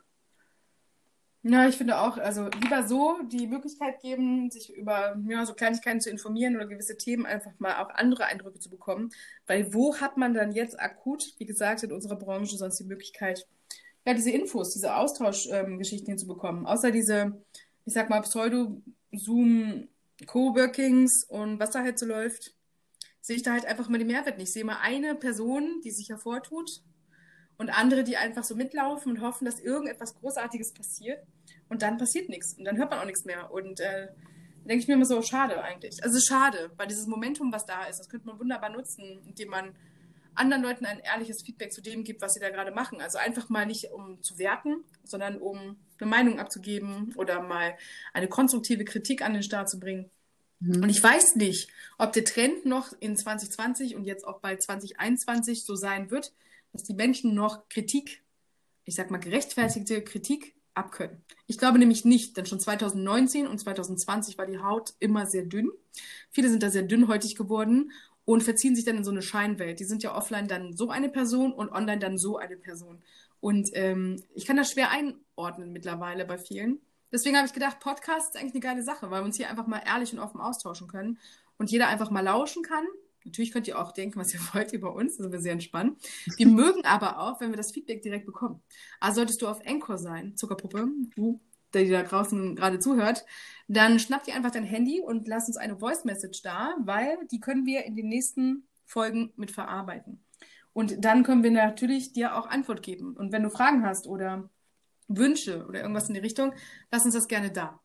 Ja, ich finde auch, also lieber so die Möglichkeit geben, sich über ja, so Kleinigkeiten zu informieren oder gewisse Themen einfach mal auch andere Eindrücke zu bekommen. Weil wo hat man dann jetzt akut, wie gesagt, in unserer Branche sonst die Möglichkeit, ja, diese Infos, diese Austauschgeschichten ähm, hinzubekommen. Außer diese, ich sag mal, Pseudo-Zoom-Coworkings und was da halt so läuft, sehe ich da halt einfach mal den Mehrwert nicht. Ich sehe mal eine Person, die sich hervortut und andere, die einfach so mitlaufen und hoffen, dass irgendetwas Großartiges passiert und dann passiert nichts und dann hört man auch nichts mehr. Und äh, Da denke ich mir immer so, schade eigentlich. Also schade, weil dieses Momentum, was da ist, das könnte man wunderbar nutzen, indem man anderen Leuten ein ehrliches Feedback zu dem gibt, was sie da gerade machen. Also einfach mal nicht um zu werten, sondern um eine Meinung abzugeben oder mal eine konstruktive Kritik an den Start zu bringen. Mhm. Und ich weiß nicht, ob der Trend noch in zwanzig zwanzig und jetzt auch bald zwanzig einundzwanzig so sein wird, dass die Menschen noch Kritik, ich sag mal gerechtfertigte Kritik abkönnen. Ich glaube nämlich nicht, denn schon zwanzig neunzehn und zwanzig zwanzig war die Haut immer sehr dünn. Viele sind da sehr dünnhäutig geworden und verziehen sich dann in so eine Scheinwelt. Die sind ja offline dann so eine Person und online dann so eine Person. Und ähm, ich kann das schwer einordnen mittlerweile bei vielen. Deswegen habe ich gedacht, Podcast ist eigentlich eine geile Sache, weil wir uns hier einfach mal ehrlich und offen austauschen können und jeder einfach mal lauschen kann. Natürlich könnt ihr auch denken, was ihr wollt über uns, da sind wir sehr entspannt. Wir mögen aber auch, wenn wir das Feedback direkt bekommen. Also solltest du auf Anchor sein, Zuckerpuppe, du, der dir da draußen gerade zuhört, dann schnapp dir einfach dein Handy und lass uns eine Voice Message da, weil die können wir in den nächsten Folgen mit verarbeiten. Und dann können wir natürlich dir auch Antwort geben. Und wenn du Fragen hast oder Wünsche oder irgendwas in die Richtung, lass uns das gerne da.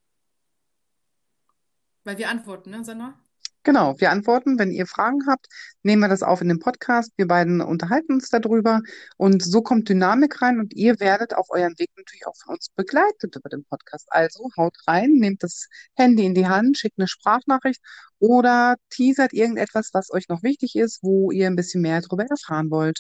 Weil wir antworten, ne, Sandra? Genau, wir antworten. Wenn ihr Fragen habt, nehmen wir das auf in den Podcast. Wir beiden unterhalten uns darüber. Und so kommt Dynamik rein und ihr werdet auf euren Weg natürlich auch von uns begleitet über den Podcast. Also haut rein, nehmt das Handy in die Hand, schickt eine Sprachnachricht oder teasert irgendetwas, was euch noch wichtig ist, wo ihr ein bisschen mehr darüber erfahren wollt.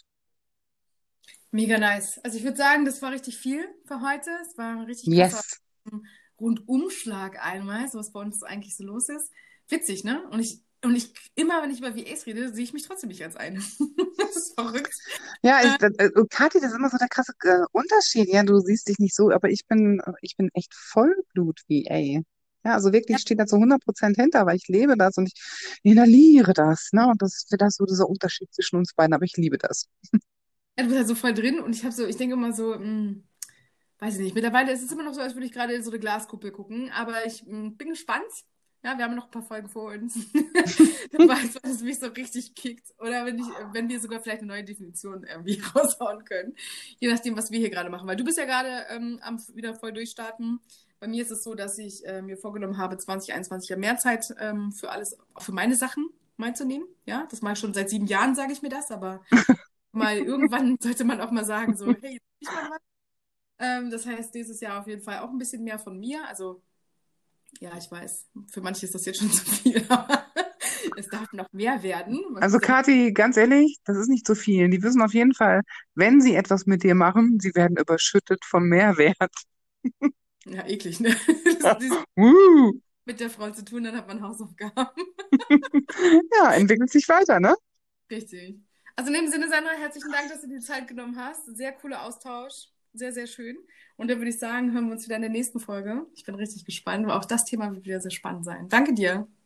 Mega nice. Also ich würde sagen, das war richtig viel für heute. Es war ein richtig krasser Yes. Rundumschlag einmal, so was bei uns eigentlich so los ist. Witzig, ne? Und ich, und ich, immer wenn ich über V As rede, sehe ich mich trotzdem nicht als eine. Das ist verrückt. Ja, ich, äh, Kathi, das ist immer so der krasse äh, Unterschied. Ja, du siehst dich nicht so, aber ich bin, ich bin echt Vollblut-V A. Ja, also wirklich Ja, steht da zu hundert Prozent hinter, weil ich lebe das und ich inhaliere das, ne? Und das ist wieder so dieser Unterschied zwischen uns beiden, aber ich liebe das. du bist halt so voll drin und ich habe so, ich denke immer so, mh, weiß ich nicht, mittlerweile ist es immer noch so, als würde ich gerade in so eine Glaskuppel gucken, aber ich mh, bin gespannt. Ja, wir haben noch ein paar Folgen vor uns. Dann weiß man, dass es mich so richtig kickt. Oder wenn, ich, wenn wir sogar vielleicht eine neue Definition irgendwie raushauen können. Je nachdem, was wir hier gerade machen. Weil du bist ja gerade ähm, am wieder voll durchstarten. Bei mir ist es so, dass ich äh, mir vorgenommen habe, zwanzig einundzwanzig ja mehr Zeit ähm, für alles, auch für meine Sachen einzunehmen. Ja, das mache ich schon seit sieben Jahren, sage ich mir das. Aber mal irgendwann sollte man auch mal sagen, so, hey, ich mal was. Ähm, das heißt, dieses Jahr auf jeden Fall auch ein bisschen mehr von mir. Also ja, ich weiß, für manche ist das jetzt schon zu viel, aber es darf noch mehr werden. Man Also muss ja nicht, Kathi, ganz ehrlich, das ist nicht so viel. Die wissen auf jeden Fall, wenn sie etwas mit dir machen, sie werden überschüttet vom Mehrwert. ja, eklig, ne? Das, das Uh. mit der Frau zu tun, dann hat man Hausaufgaben. Ja, entwickelt sich weiter, ne? Richtig. Also in dem Sinne, Sandra, herzlichen Dank, dass du dir die Zeit genommen hast. Sehr cooler Austausch. Sehr, sehr schön. Und dann würde ich sagen, hören wir uns wieder in der nächsten Folge. Ich bin richtig gespannt, aber auch das Thema wird wieder sehr spannend sein. Danke dir.